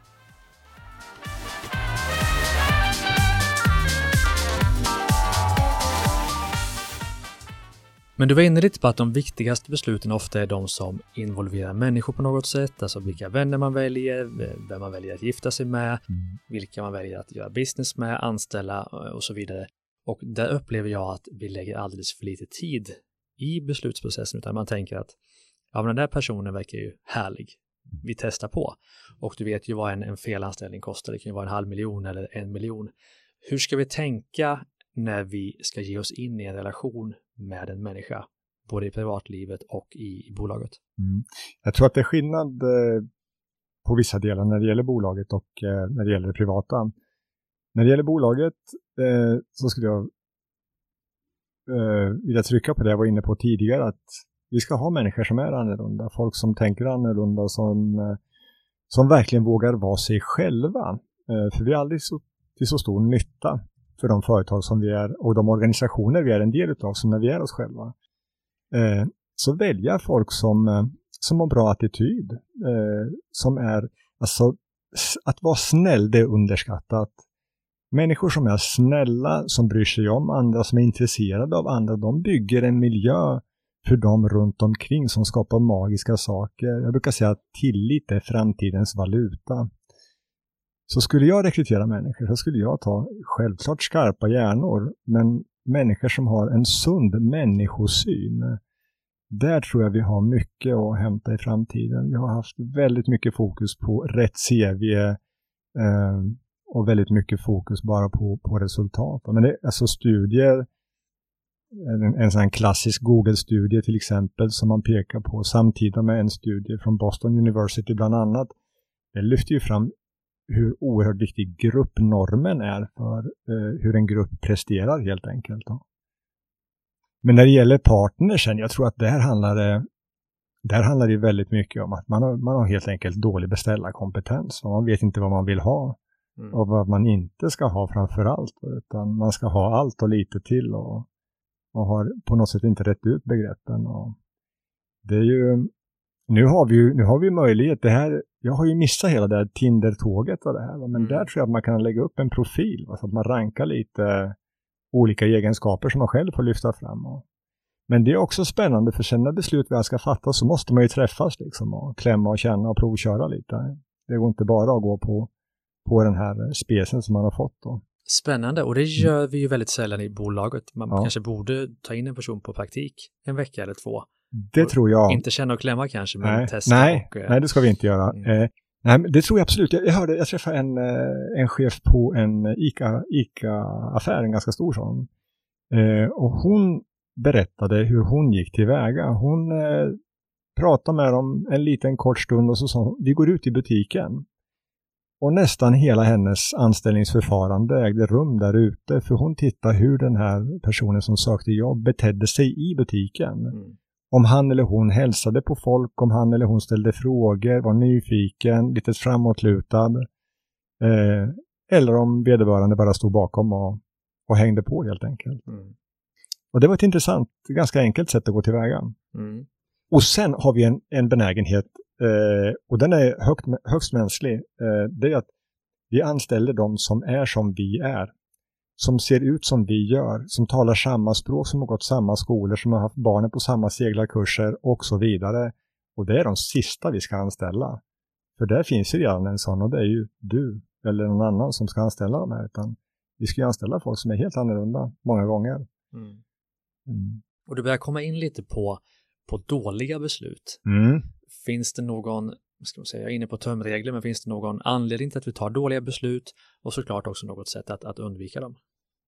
A: Men du var inne lite på att de viktigaste besluten ofta är de som involverar människor på något sätt. Alltså vilka vänner man väljer, vem man väljer att gifta sig med, vilka man väljer att göra business med, anställa och så vidare. Och där upplever jag att vi lägger alldeles för lite tid i beslutsprocessen, utan man tänker att ja, men den där personen verkar ju härlig. Vi testar på. Och du vet ju vad en felanställning kostar. Det kan ju vara 500 000 eller 1 miljon. Hur ska vi tänka när vi ska ge oss in i en relation med en människa, både i privatlivet och i bolaget?
B: Jag tror att det är skillnad på vissa delar när det gäller bolaget och när det gäller det privata. När det gäller bolaget så skulle jag vilja trycka på det jag var inne på tidigare, att vi ska ha människor som är annorlunda, folk som tänker annorlunda, som verkligen vågar vara sig själva. För vi är aldrig till så stor nytta för de företag som vi är och de organisationer vi är en del utav, som när vi är oss själva. Så välja folk som har bra attityd, som är, alltså att vara snäll, det är underskattat. Människor som är snälla, som bryr sig om andra, som är intresserade av andra, de bygger en miljö för dem runt omkring som skapar magiska saker. Jag brukar säga att tillit är framtidens valuta. Så skulle jag rekrytera människor så skulle jag ta självklart skarpa hjärnor, men människor som har en sund människosyn. Där tror jag vi har mycket att hämta i framtiden. Vi har haft väldigt mycket fokus på rätt CV och väldigt mycket fokus bara på resultat. Men det är alltså studier, en sån klassisk Google-studie till exempel som man pekar på samtidigt med en studie från Boston University bland annat. Det lyfter ju fram hur oerhört viktig gruppnormen är för hur en grupp presterar helt enkelt. Men när det gäller partnersen, jag tror att där handlar det väldigt mycket om att man har helt enkelt dålig beställarkompetens. Man vet inte vad man vill ha. och vad man inte ska ha framför allt, utan man ska ha allt och lite till och har på något sätt inte rätt ut begreppen. Och det är ju, nu har vi möjlighet, det här, jag har ju missat hela det här Tinder-tåget och det här, men där tror jag att man kan lägga upp en profil, så att man rankar lite olika egenskaper som man själv får lyfta fram. Men det är också spännande, för sen när beslut väl ska fattas så måste man ju träffas liksom och klämma och känna och provköra lite. Det går inte bara att gå på den här specen som man har fått då.
A: Spännande, och det gör vi ju väldigt sällan i bolaget. Man kanske borde ta in en person på praktik en vecka eller 2.
B: Det tror jag.
A: Inte känna och klämma kanske, men testa.
B: Nej, det ska vi inte göra. Nej, det tror jag absolut. Jag träffade en chef på en ICA-affär, en ganska stor sån. Och hon berättade hur hon gick tillväga. Hon pratade med dem en liten kort stund och så sa hon, vi går ut i butiken. Och nästan hela hennes anställningsförfarande ägde rum där ute, för hon tittade hur den här personen som sökte jobb betedde sig i butiken. Om han eller hon hälsade på folk, om han eller hon ställde frågor, var nyfiken, lite framåtlutad. Eller om vederbörande bara stod bakom och hängde på helt enkelt. Och det var ett intressant, ganska enkelt sätt att gå tillväga. Och sen har vi en benägenhet, och den är högst mänsklig. Det är att vi anställer de som är som vi är. Som ser ut som vi gör, som talar samma språk, som har gått samma skolor, som har haft barnen på samma seglarkurser och så vidare. Och det är de sista vi ska anställa. För där finns ju redan en sån, och det är ju du eller någon annan som ska anställa dem här. Utan vi ska ju anställa folk som är helt annorlunda många gånger.
A: Och du börjar komma in lite på dåliga beslut. Finns det någon, ska man säga, jag är inne på tömregler, men finns det någon anledning till att vi tar dåliga beslut, och såklart också något sätt att undvika dem?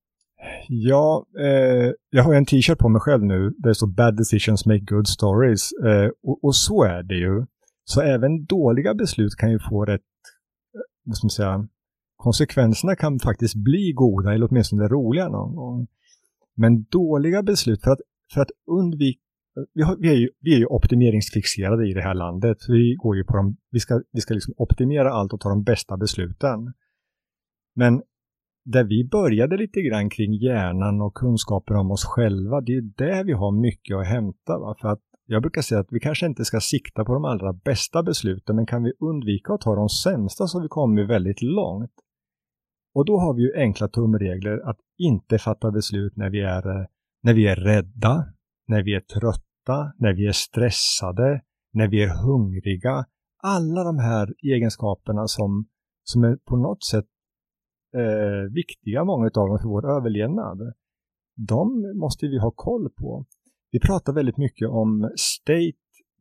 B: Ja, jag har en t-shirt på mig själv nu. Det står Bad decisions make good stories. Och så är det ju. Så även dåliga beslut kan ju få rätt, vad ska man säga, konsekvenserna kan faktiskt bli goda eller åtminstone roliga någon gång. Men dåliga beslut, för att undvika, vi är ju optimeringsfixerade i det här landet. Vi går ju på vi ska liksom optimera allt och ta de bästa besluten. Men där vi började lite grann kring hjärnan och kunskaper om oss själva, det är där vi har mycket att hämta. Va? För att jag brukar säga att vi kanske inte ska sikta på de allra bästa besluten, men kan vi undvika att ta de sämsta, så vi kommer väldigt långt. Och då har vi ju enkla tumregler att inte fatta beslut när vi är rädda, när vi är trötta, när vi är stressade, när vi är hungriga. Alla de här egenskaperna som är på något sätt viktiga, många av dem, för vår överlevnad. De måste vi ha koll på. Vi pratar väldigt mycket om state,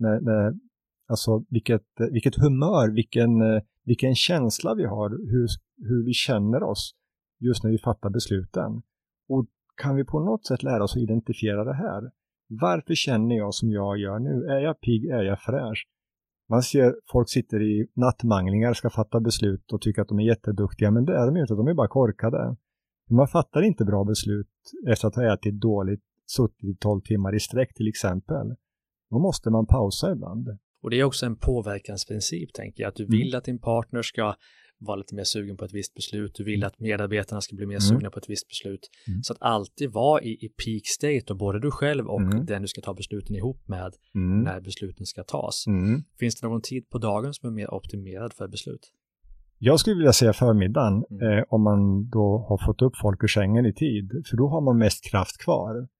B: alltså vilket humör, vilken känsla vi har, hur vi känner oss just när vi fattar besluten. Och kan vi på något sätt lära oss att identifiera det här? Varför känner jag som jag gör nu? Är jag pigg? Är jag fräsch? Man ser folk sitter i nattmanglingar, ska fatta beslut och tycker att de är jätteduktiga, men det är de ju inte, de är bara korkade. Man fattar inte bra beslut efter att ha ätit dåligt, suttit i 12 timmar i sträck till exempel. Då måste man pausa ibland.
A: Och det är också en påverkansprincip, tänker jag. Att du vill att din partner ska vara lite mer sugen på ett visst beslut. Du vill att medarbetarna ska bli mer sugna på ett visst beslut. Så att alltid vara i peak state, och både du själv och den du ska ta besluten ihop med när besluten ska tas. Finns det någon tid på dagen som är mer optimerad för beslut?
B: Jag skulle vilja säga förmiddagen, om man då har fått upp folk ur sängen i tid. För då har man mest kraft kvar.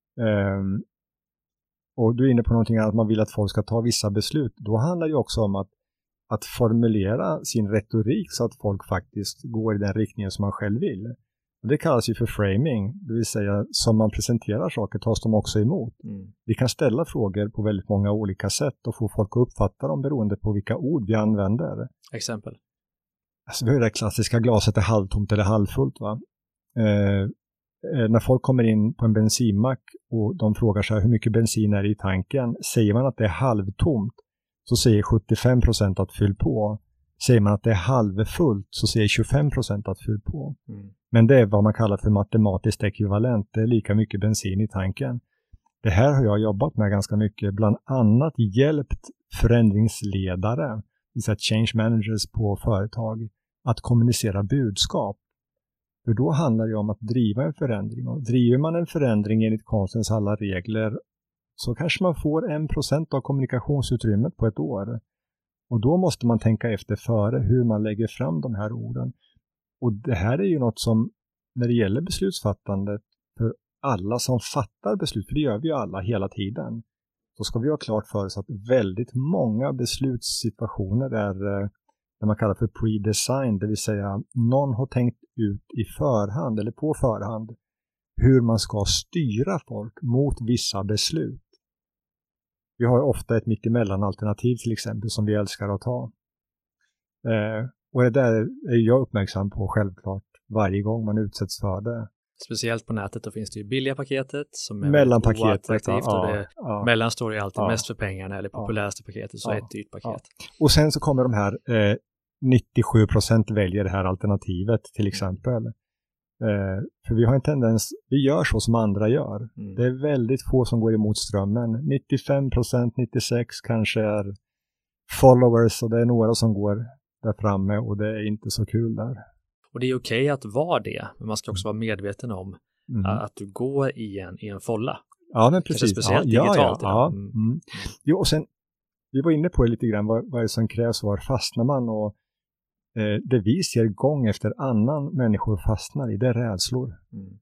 B: Och du är inne på någonting annat, man vill att folk ska ta vissa beslut. Då handlar det också om att formulera sin retorik så att folk faktiskt går i den riktningen som man själv vill. Och det kallas ju för framing, det vill säga som man presenterar saker tas de också emot. Vi kan ställa frågor på väldigt många olika sätt och få folk att uppfatta dem beroende på vilka ord vi använder.
A: Exempel?
B: Alltså vi har det klassiska glaset är halvtomt eller halvfullt, va? När folk kommer in på en bensinmack och de frågar sig hur mycket bensin är i tanken, säger man att det är halvtomt så säger 75% att fyll på. Säger man att det är halvfullt så säger 25% att fyll på. Men det är vad man kallar för matematiskt ekvivalent. Det är lika mycket bensin i tanken. Det här har jag jobbat med ganska mycket. Bland annat hjälpt förändringsledare, vissa change managers på företag, att kommunicera budskap. För då handlar det om att driva en förändring. Och driver man en förändring enligt konstens alla regler så kanske man får 1% av kommunikationsutrymmet på ett år. Och då måste man tänka efter före hur man lägger fram de här orden. Och det här är ju något som, när det gäller beslutsfattandet, för alla som fattar beslut, för det gör vi ju alla hela tiden, så ska vi ha klart för oss att väldigt många beslutssituationer är det man kallar för pre-design, det vill säga någon har tänkt ut i förhand eller på förhand hur man ska styra folk mot vissa beslut. Vi har ofta ett mittemellan-alternativ till exempel som vi älskar att ta. Och det där är jag uppmärksam på självklart varje gång man utsätts för det.
A: Speciellt på nätet då finns det ju billiga paketet som är
B: mellanpaketet,
A: oattraktivt och det mellan står ju alltid mest för pengarna eller populäraste paketet så ett dyrt paket.
B: Och sen så kommer de här 97% väljer det här alternativet till exempel. För vi har en tendens, vi gör så som andra gör. Det är väldigt få som går emot strömmen. 95%, 96% kanske är followers och det är några som går där framme och det är inte så kul där.
A: Och det är okej att vara det, men man ska också vara medveten om att du går i en folla.
B: Ja, men precis.
A: Speciellt digitalt.
B: Jo, och sen, vi var inne på det lite grann, vad är det som krävs, var fastnar man? Och det vi ser gång efter annan människor fastnar i, det är rädslor.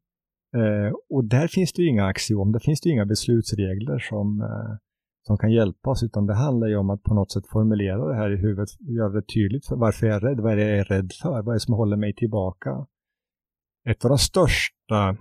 B: Och där finns det ju inga axiom, där finns det ju inga beslutsregler som kan hjälpa oss, utan det handlar ju om att på något sätt formulera det här i huvudet, göra det tydligt för varför jag är rädd, vad är det jag är rädd för, vad är det som håller mig tillbaka. Ett av de största,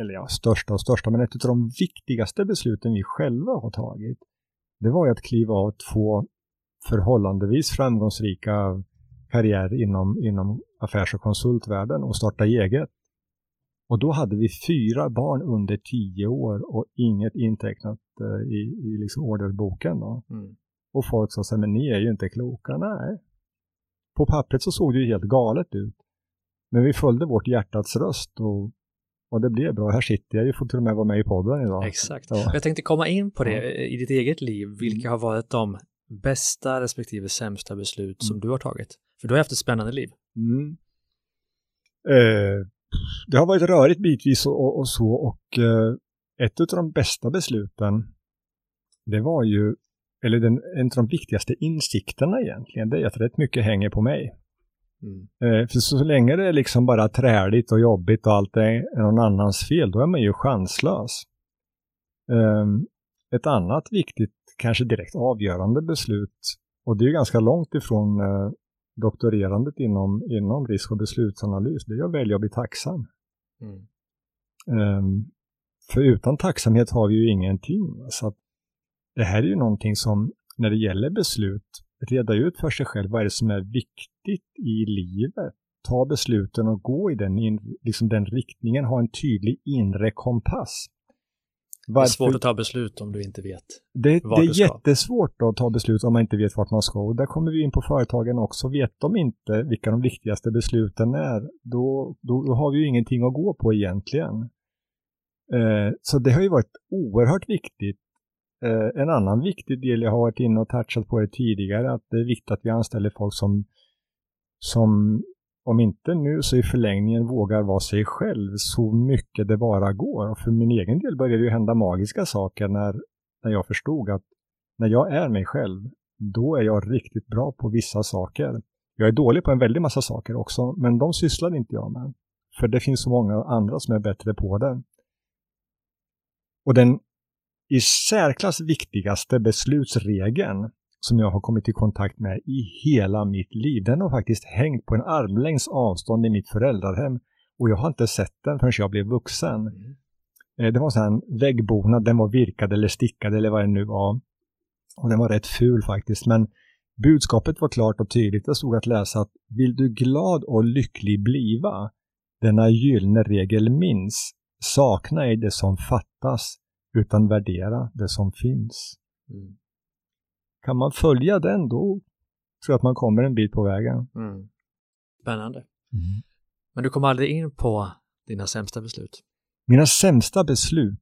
B: men ett av de viktigaste besluten vi själva har tagit, det var ju att kliva av 2 förhållandevis framgångsrika karriär inom affärs- och konsultvärlden och starta eget. Och då hade vi 4 barn under 10 år och inget intecknat i liksom orderboken. Då. Och folk sa så, men ni är ju inte kloka. Nej. På pappret så såg det ju helt galet ut. Men vi följde vårt hjärtats röst och det blev bra. Här sitter jag ju, får till och med vara med i podden idag.
A: Exakt. Ja. Jag tänkte komma in på det i ditt eget liv. Vilka har varit de bästa respektive sämsta beslut som du har tagit? För du har haft ett spännande liv.
B: Det har varit rörigt bitvis och så, och ett av de bästa besluten, det var ju, eller en av de viktigaste insikterna egentligen, det är att rätt mycket hänger på mig. För så länge det är liksom bara träligt och jobbigt och allt är någon annans fel, då är man ju chanslös. Ett annat viktigt, kanske direkt avgörande beslut, och det är ju ganska långt ifrån doktorerandet inom risk- och beslutsanalys, det är att välja att bli tacksam. För utan tacksamhet har vi ju ingenting. Så att det här är ju någonting som, när det gäller beslut, reda ut för sig själv vad är det som är viktigt i livet. Ta besluten och gå i den riktningen, ha en tydlig inre kompass.
A: Det är svårt att ta beslut om du inte vet
B: det är jättesvårt att ta beslut om man inte vet vart man ska. Och där kommer vi in på företagen också. Vet de inte vilka de viktigaste besluten är, då har vi ju ingenting att gå på egentligen. Så det har ju varit oerhört viktigt. En annan viktig del, jag har varit inne och touchat på det tidigare, att det är viktigt att vi anställer folk som om inte nu så i förlängningen vågar vara sig själv så mycket det bara går. Och för min egen del började det ju hända magiska saker när jag förstod att när jag är mig själv, då är jag riktigt bra på vissa saker. Jag är dålig på en väldig massa saker också, men de sysslar inte jag med. För det finns så många andra som är bättre på det. Och den i särklass viktigaste beslutsregeln som jag har kommit i kontakt med i hela mitt liv, den har faktiskt hängt på en armlängds avstånd i mitt föräldrahem, och jag har inte sett den förrän jag blev vuxen. Det var så här en väggbonad, den var virkad eller stickad eller vad det nu var, och den var rätt ful faktiskt, men budskapet var klart och tydligt. Det stod att läsa att vill du glad och lycklig bliva, denna gyllene regel minns, sakna ej det som fattas utan värdera det som finns. Kan man följa den, då tror jag att man kommer en bit på vägen.
A: Spännande. Men du kom aldrig in på dina sämsta beslut?
B: Mina sämsta beslut,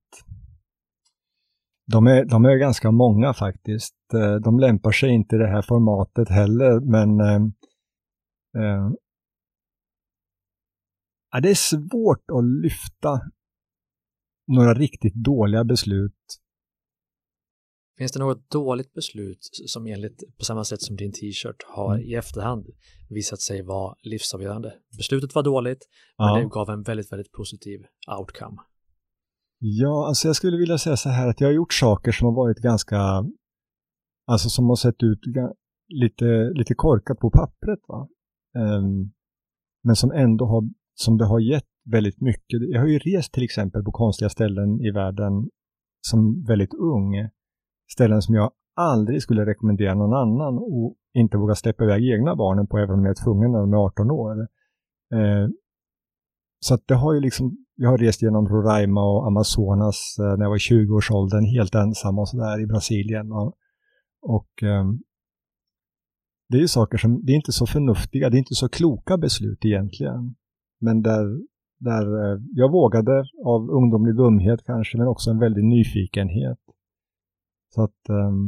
B: de är ganska många faktiskt. De lämpar sig inte i det här formatet heller, men det är svårt att lyfta några riktigt dåliga beslut.
A: Finns det något dåligt beslut som enligt på samma sätt som din t-shirt har i efterhand visat sig vara livsavgörande? Beslutet var dåligt, men det gav en väldigt, väldigt positiv outcome.
B: Ja, alltså jag skulle vilja säga så här att jag har gjort saker som har varit ganska, alltså som har sett ut lite korkat på pappret, va? Men som ändå har, som det har gett väldigt mycket. Jag har ju rest till exempel på konstiga ställen i världen som väldigt ung. Ställen som jag aldrig skulle rekommendera någon annan och inte våga släppa iväg egna barnen på, även om jag är tvungen när de är 18 år. Så att det har ju liksom, jag har rest genom Roraima och Amazonas när jag var i 20-årsåldern helt ensam och sådär i Brasilien. Och det är ju saker som, det är inte så förnuftiga, det är inte så kloka beslut egentligen. Men där jag vågade av ungdomlig dumhet kanske, men också en väldig nyfikenhet. Så att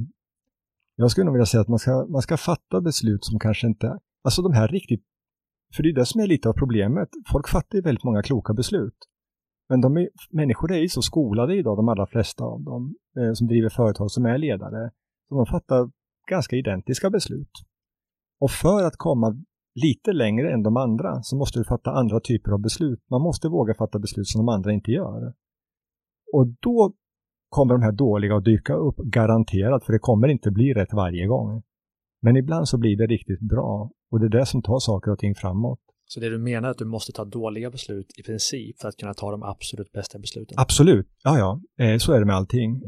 B: jag skulle nog vilja säga att man ska fatta beslut som kanske inte, alltså de här riktigt, för det är det som är lite av problemet. Folk fattar ju väldigt många kloka beslut. Men människor är ju så skolade idag, de allra flesta av dem som driver företag, som är ledare. Så de fattar ganska identiska beslut. Och för att komma lite längre än de andra så måste du fatta andra typer av beslut. Man måste våga fatta beslut som de andra inte gör. Och då kommer de här dåliga att dyka upp garanterat, för det kommer inte bli rätt varje gång. Men ibland så blir det riktigt bra, och det är det som tar saker och ting framåt.
A: Så det du menar är att du måste ta dåliga beslut i princip för att kunna ta de absolut bästa besluten?
B: Absolut, ja. Så är det med allting.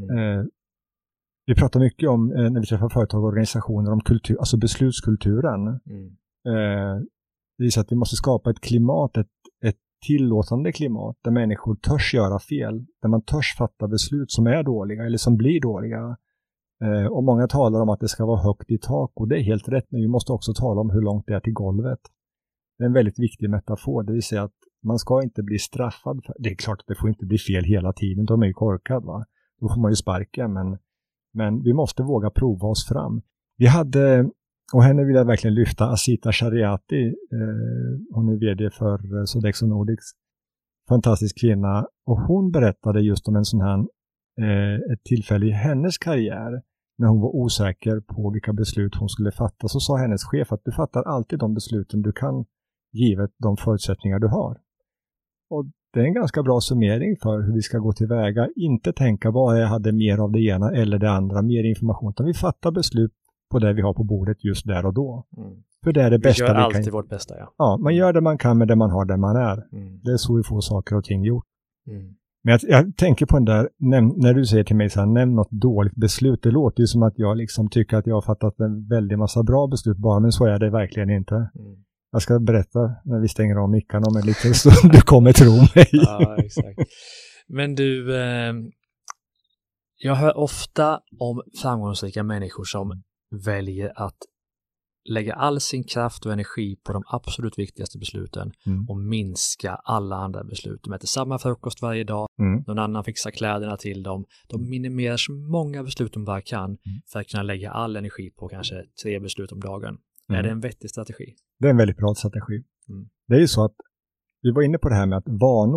B: Vi pratar mycket om, när vi träffar företag och organisationer, om kultur, alltså beslutskulturen. Det är så att vi måste skapa ett klimat, ett tillåtande klimat där människor törs göra fel, där man törs fatta beslut som är dåliga eller som blir dåliga. Och många talar om att det ska vara högt i tak, och det är helt rätt, men vi måste också tala om hur långt det är till golvet. Det är en väldigt viktig metafor, det vill säga att man ska inte bli straffad. Det är klart att det får inte bli fel hela tiden, de är ju korkad, va? Då får man ju sparka, men vi måste våga prova oss fram. Vi hade, och henne vill jag verkligen lyfta, Asita Shariati, hon är vd för Sodexo Nordics, fantastisk kvinna, och hon berättade just om en sån här ett tillfälle i hennes karriär när hon var osäker på vilka beslut hon skulle fatta. Så sa hennes chef att du fattar alltid de besluten du kan, givet de förutsättningar du har. Och det är en ganska bra summering för hur vi ska gå tillväga. Inte tänka bara jag hade mer av det ena eller det andra, mer information, utan vi fattar beslut på det vi har på bordet just där och då. För det är det bästa vi kan.
A: Vi gör alltid vårt bästa, ja.
B: Ja, man gör det man kan med det man har där man är. Det är så vi får saker och ting gjort. Men jag tänker på den där, när du säger till mig så här, nämn något dåligt beslut. Det låter ju som att jag liksom tycker att jag har fattat en väldigt massa bra beslut bara, men så är det verkligen inte. Jag ska berätta när vi stänger av mickarna om en liten stund. Du kommer tro mig.
A: Ja, exakt. Men du, jag hör ofta om framgångsrika människor som väljer att lägga all sin kraft och energi på de absolut viktigaste besluten och minska alla andra beslut. De äter samma frukost varje dag, någon annan fixar kläderna till dem. De minimerar så många beslut de bara kan för att kunna lägga all energi på kanske 3 beslut om dagen. Är det en vettig strategi?
B: Det är en väldigt bra strategi. Det är ju så att vi var inne på det här med att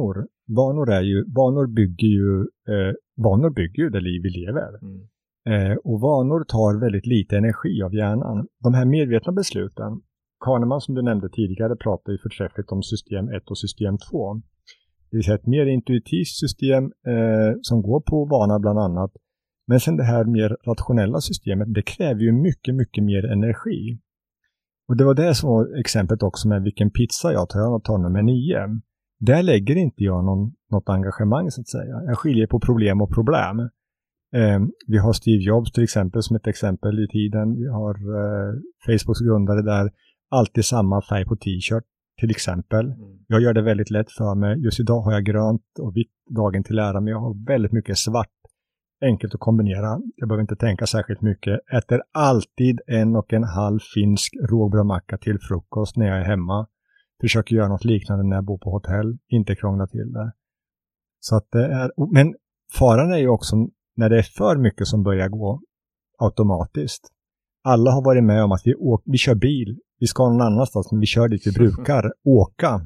B: vanor bygger ju det liv vi lever. Och vanor tar väldigt lite energi av hjärnan. De här medvetna besluten, Kahneman som du nämnde tidigare pratar ju förträffligt om system 1 och system 2. Det vill säga ett mer intuitivt system som går på vana bland annat. Men sen det här mer rationella systemet, det kräver ju mycket, mycket mer energi. Och det var det som var exemplet också med vilken pizza jag tar nummer 9. Där lägger inte jag något engagemang så att säga. Jag skiljer på problem och problem. Vi har Steve Jobs till exempel som ett exempel i tiden. Vi har Facebooks grundare där, alltid samma färg på t-shirt till exempel. Jag gör det väldigt lätt för mig. Just idag har jag grönt och vitt dagen till ära, men jag har väldigt mycket svart. Enkelt att kombinera. Jag behöver inte tänka särskilt mycket. Äter alltid 1,5 finsk rågbrödmacka till frukost när jag är hemma. Försöker göra något liknande när jag bor på hotell. Inte krångla till det. Så att det är, men faran är ju också när det är för mycket som börjar gå automatiskt. Alla har varit med om att vi kör bil. Vi ska någon annanstans, men vi kör dit vi brukar åka.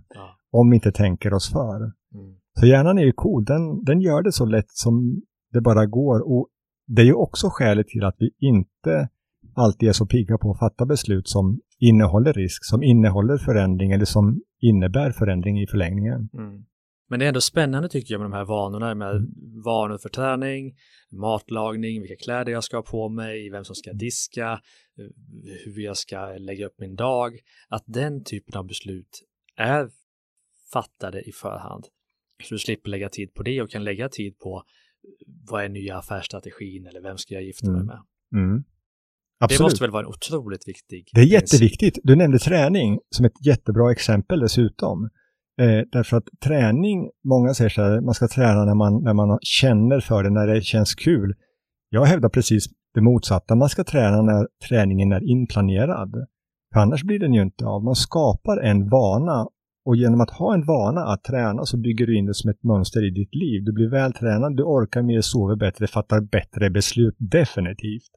B: om vi inte tänker oss för. Så hjärnan är ju cool, den gör det så lätt som det bara går, och det är ju också skälet till att vi inte alltid är så pigga på att fatta beslut som innehåller risk, som innehåller förändring eller som innebär förändring i förlängningen.
A: Men det är ändå spännande tycker jag med de här vanorna, med vanor för träning, matlagning, vilka kläder jag ska ha på mig, vem som ska diska, hur jag ska lägga upp min dag, att den typen av beslut är fattade i förhand. Så du slipper lägga tid på det och kan lägga tid på vad är nya affärsstrategin eller vem ska jag gifta mig med.
B: Absolut.
A: Det måste väl vara en otroligt viktig.
B: Det är jätteviktigt. Du nämnde träning som ett jättebra exempel dessutom. Därför att träning, många säger så här, man ska träna när man känner för det, när det känns kul. Jag hävdar precis det motsatta. Man ska träna när träningen är inplanerad. För annars blir den ju inte av. Man skapar en vana, och genom att ha en vana att träna så bygger du in det som ett mönster i ditt liv. Du blir vältränad, du orkar mer, sover bättre, fattar bättre beslut, definitivt.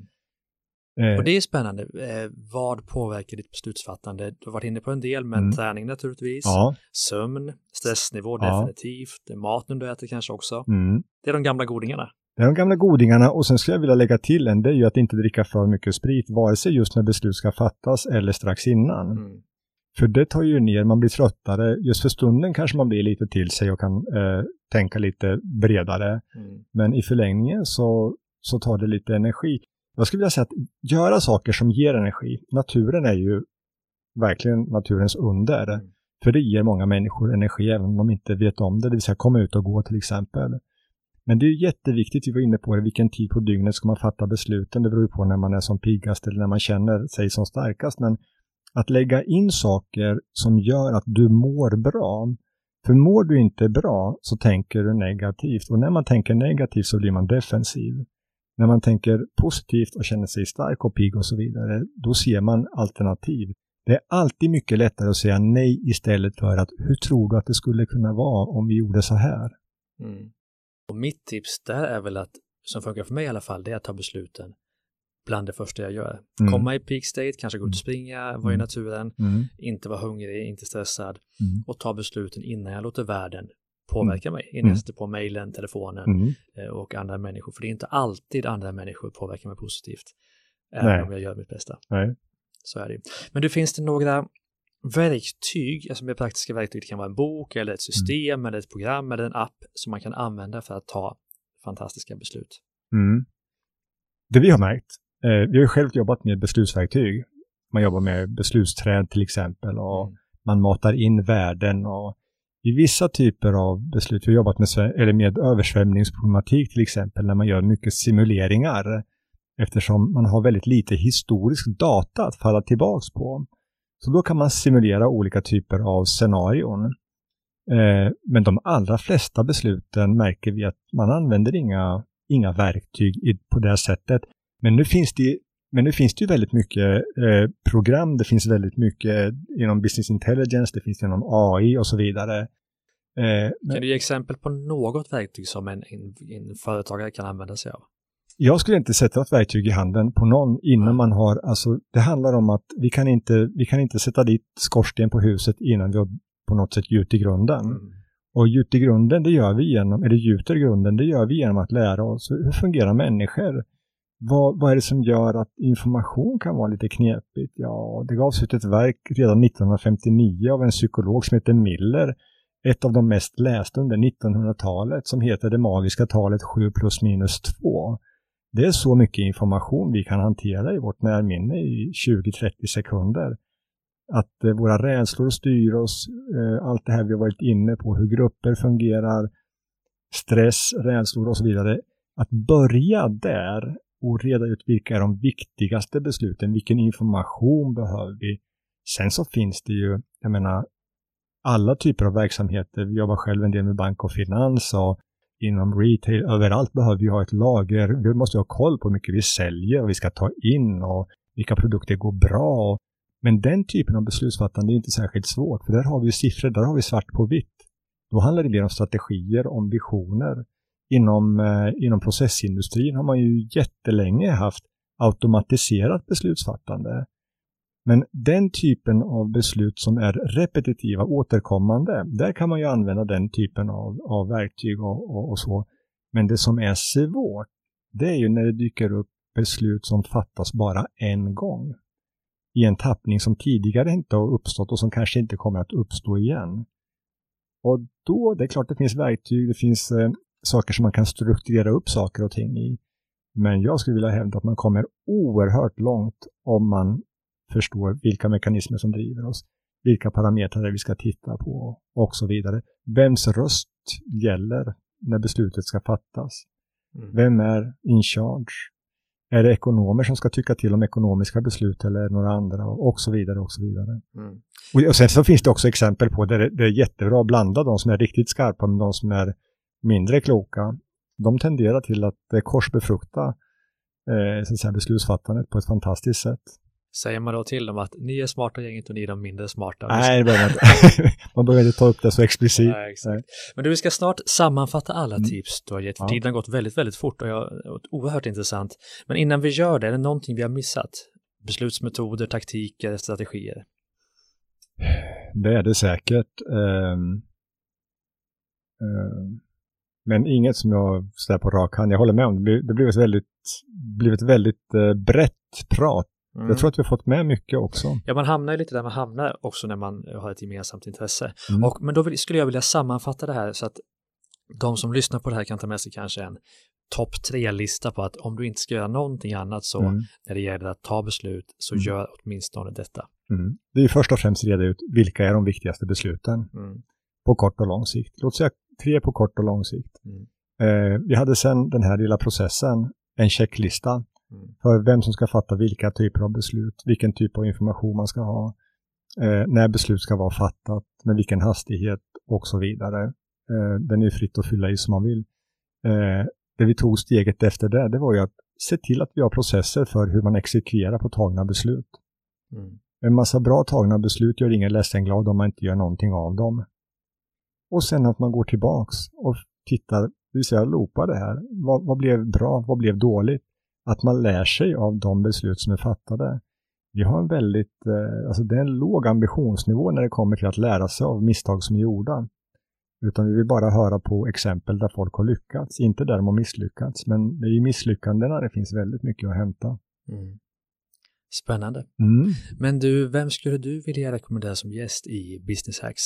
A: Och det är spännande. Vad påverkar ditt beslutsfattande? Du har varit inne på en del, men träning naturligtvis. Sömn, stressnivå definitivt. Maten du äter kanske också. Det är de gamla godingarna.
B: Det är de gamla godingarna, och sen skulle jag vilja lägga till det är ju att inte dricka för mycket sprit, vare sig just när beslut ska fattas eller strax innan. För det tar ju ner, man blir tröttare. Just för stunden kanske man blir lite till sig och kan tänka lite bredare. Men i förlängningen så tar det lite energi. Jag skulle vilja säga att göra saker som ger energi. Naturen är ju verkligen naturens under. För det ger många människor energi även om de inte vet om det. Det vill säga komma ut och gå till exempel. Men det är ju jätteviktigt, vi var inne på det, vilken tid på dygnet ska man fatta besluten. Det beror ju på när man är som piggast eller när man känner sig som starkast. Men att lägga in saker som gör att du mår bra. För mår du inte bra så tänker du negativt. Och när man tänker negativt så blir man defensiv. När man tänker positivt och känner sig stark och pigg och så vidare, då ser man alternativ. Det är alltid mycket lättare att säga nej istället för att hur tror du att det skulle kunna vara om vi gjorde så här?
A: Och mitt tips där är väl att, som funkar för mig i alla fall, det är att ta besluten bland det första jag gör. Komma i peak state, kanske gå ut och springa, vara i naturen, inte vara hungrig, inte stressad och ta besluten innan jag låter världen påverka mig. Innan jag sätter på mejlen, telefonen och andra människor. För det är inte alltid andra människor påverkar mig positivt. Även om jag gör mitt bästa. Så är det. Men du, finns det några verktyg, alltså med praktiska verktyg, det kan vara en bok eller ett system eller ett program eller en app som man kan använda för att ta fantastiska beslut?
B: Det vi har märkt, vi har ju själv jobbat med beslutsverktyg. Man jobbar med beslutsträd till exempel, och man matar in värden, och i vissa typer av beslut, vi har jobbat med översvämningsproblematik till exempel, när man gör mycket simuleringar, eftersom man har väldigt lite historisk data att falla tillbaks på. Så då kan man simulera olika typer av scenarion. Men de allra flesta besluten märker vi att man använder inga verktyg på det sättet. Men nu finns det ju väldigt mycket program, det finns väldigt mycket inom business intelligence, det finns inom AI och så vidare.
A: Kan du ge exempel på något verktyg som en företagare kan använda sig av?
B: Jag skulle inte sätta ett verktyg i handen på någon innan man har, alltså det handlar om att vi kan inte sätta dit skorsten på huset innan vi har på något sätt gjutit grunden. Och gjuter grunden, det gör vi genom att lära oss hur fungerar människor. Vad är det som gör att information kan vara lite knepigt? Ja, det gavs ut ett verk redan 1959 av en psykolog som heter Miller. Ett av de mest lästa under 1900-talet, som heter det magiska talet 7 + - 2. Det är så mycket information vi kan hantera i vårt närminne i 20-30 sekunder. Att våra rädslor styr oss, allt det här vi har varit inne på, hur grupper fungerar, stress, rädslor och så vidare. Att börja där och reda ut vilka är de viktigaste besluten, vilken information behöver vi. Sen så finns det ju, jag menar, alla typer av verksamheter. Vi jobbar själv en del med bank och finans och inom retail. Överallt behöver vi ha ett lager. Vi måste ha koll på hur mycket vi säljer och vi ska ta in och vilka produkter går bra. Men den typen av beslutsfattande är inte särskilt svårt, för där har vi siffror, där har vi svart på vitt. Då handlar det mer om strategier, om visioner. Inom processindustrin har man ju jättelänge haft automatiserat beslutsfattande. Men den typen av beslut som är repetitiva, återkommande, där kan man ju använda den typen av verktyg och så. Men det som är svårt, det är ju när det dyker upp beslut som fattas bara en gång. I en tappning som tidigare inte har uppstått och som kanske inte kommer att uppstå igen. Och då, det är klart det finns verktyg, det finns saker som man kan strukturera upp saker och ting i. Men jag skulle vilja hävda att man kommer oerhört långt om man förstår vilka mekanismer som driver oss, vilka parametrar vi ska titta på och så vidare. Vems röst gäller när beslutet ska fattas? Vem är in charge? Är det ekonomer som ska tycka till om ekonomiska beslut eller några andra och så vidare och så vidare. Och sen så finns det också exempel på där det är jättebra att blanda de som är riktigt skarpa med de som är mindre kloka. De tenderar till att korsbefrukta så att säga, beslutsfattandet på ett fantastiskt sätt.
A: Säger man då till dem att ni är smarta gänget och ni är de mindre smarta?
B: Nej, man behöver inte ta upp det så explicit.
A: Nej, exakt. Men du, vi ska snart sammanfatta alla tips du har gett. För tiden har gått väldigt, väldigt fort och oerhört intressant. Men innan vi gör det, är det någonting vi har missat? Beslutsmetoder, taktiker, strategier?
B: Det är det säkert. Men inget som jag ställer på rak hand. Jag håller med om det blev ett väldigt brett prat. Jag tror att vi har fått med mycket också.
A: Ja, man hamnar ju lite där man hamnar också när man har ett gemensamt intresse. Men då skulle jag vilja sammanfatta det här så att de som lyssnar på det här kan ta med sig kanske en topp 3-lista på att om du inte ska göra någonting annat så när det gäller att ta beslut så gör åtminstone detta.
B: Det är ju först och främst reda ut vilka är de viktigaste besluten på kort och lång sikt. Låt säga 3 på kort och lång sikt. Vi hade sedan den här lilla processen en checklista för vem som ska fatta vilka typer av beslut, vilken typ av information man ska ha, när beslut ska vara fattat, med vilken hastighet och så vidare. Den är fritt att fylla i som man vill. Det vi tog steget efter det var ju att se till att vi har processer för hur man exekverar på tagna beslut. En massa bra tagna beslut gör ingen ledsen glad om man inte gör någonting av dem. Och sen att man går tillbaks och tittar, det vill säga loopar det här. Vad blev bra? Vad blev dåligt? Att man lär sig av de beslut som är fattade. Vi har en det är en låg ambitionsnivå när det kommer till att lära sig av misstag som är gjorda. Utan vi vill bara höra på exempel där folk har lyckats. Inte där de har misslyckats. Men det är i misslyckandena det finns väldigt mycket att hämta.
A: Spännande. Men du, vem skulle du vilja rekommendera som gäst i Business Hacks?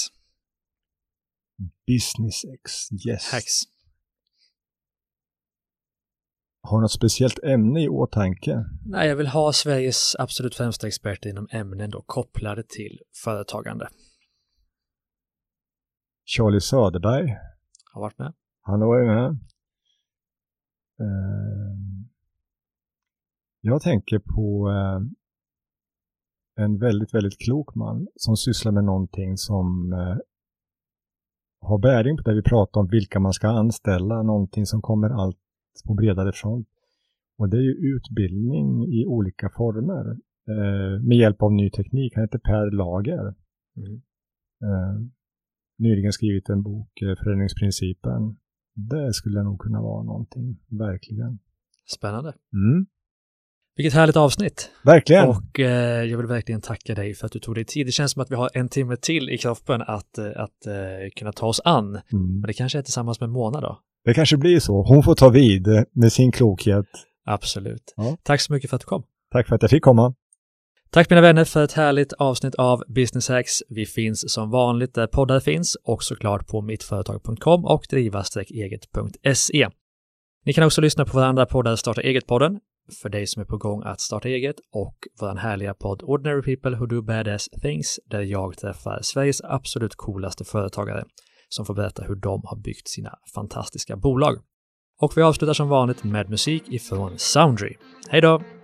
B: Business Hacks.
A: Hacks.
B: Har något speciellt ämne i åtanke?
A: Nej, jag vill ha Sveriges absolut främsta experter inom ämnen då kopplade till företagande.
B: Charlie Söderberg.
A: Har varit med.
B: Han har varit med. Jag tänker på en väldigt, väldigt klok man som sysslar med någonting som har bäring på det vi pratar om, vilka man ska anställa, någonting som kommer allt på bredare front. Och det är ju utbildning i olika former med hjälp av ny teknik. Han heter Per Lager. Nyligen skrivit en bok, Förändringsprincipen. Det skulle nog kunna vara någonting, verkligen.
A: Spännande. Vilket härligt avsnitt.
B: Verkligen.
A: Och jag vill verkligen tacka dig för att du tog dig tid. Det känns som att vi har en timme till i kroppen att kunna ta oss an. Men det kanske är tillsammans med Mona då.
B: Det kanske blir så. Hon får ta vid med sin klokhet.
A: Absolut.
B: Ja.
A: Tack så mycket för att du kom.
B: Tack för att jag fick komma.
A: Tack mina vänner för ett härligt avsnitt av Business Hacks. Vi finns som vanligt där poddar finns och såklart på mittföretag.com och driva-eget.se. Ni kan också lyssna på våra andra poddar Starta Eget-podden för dig som är på gång att starta eget och vår härliga podd Ordinary People Who Do Badass Things där jag träffar Sveriges absolut coolaste företagare som får berätta hur de har byggt sina fantastiska bolag. Och vi avslutar som vanligt med musik ifrån Soundry. Hej då!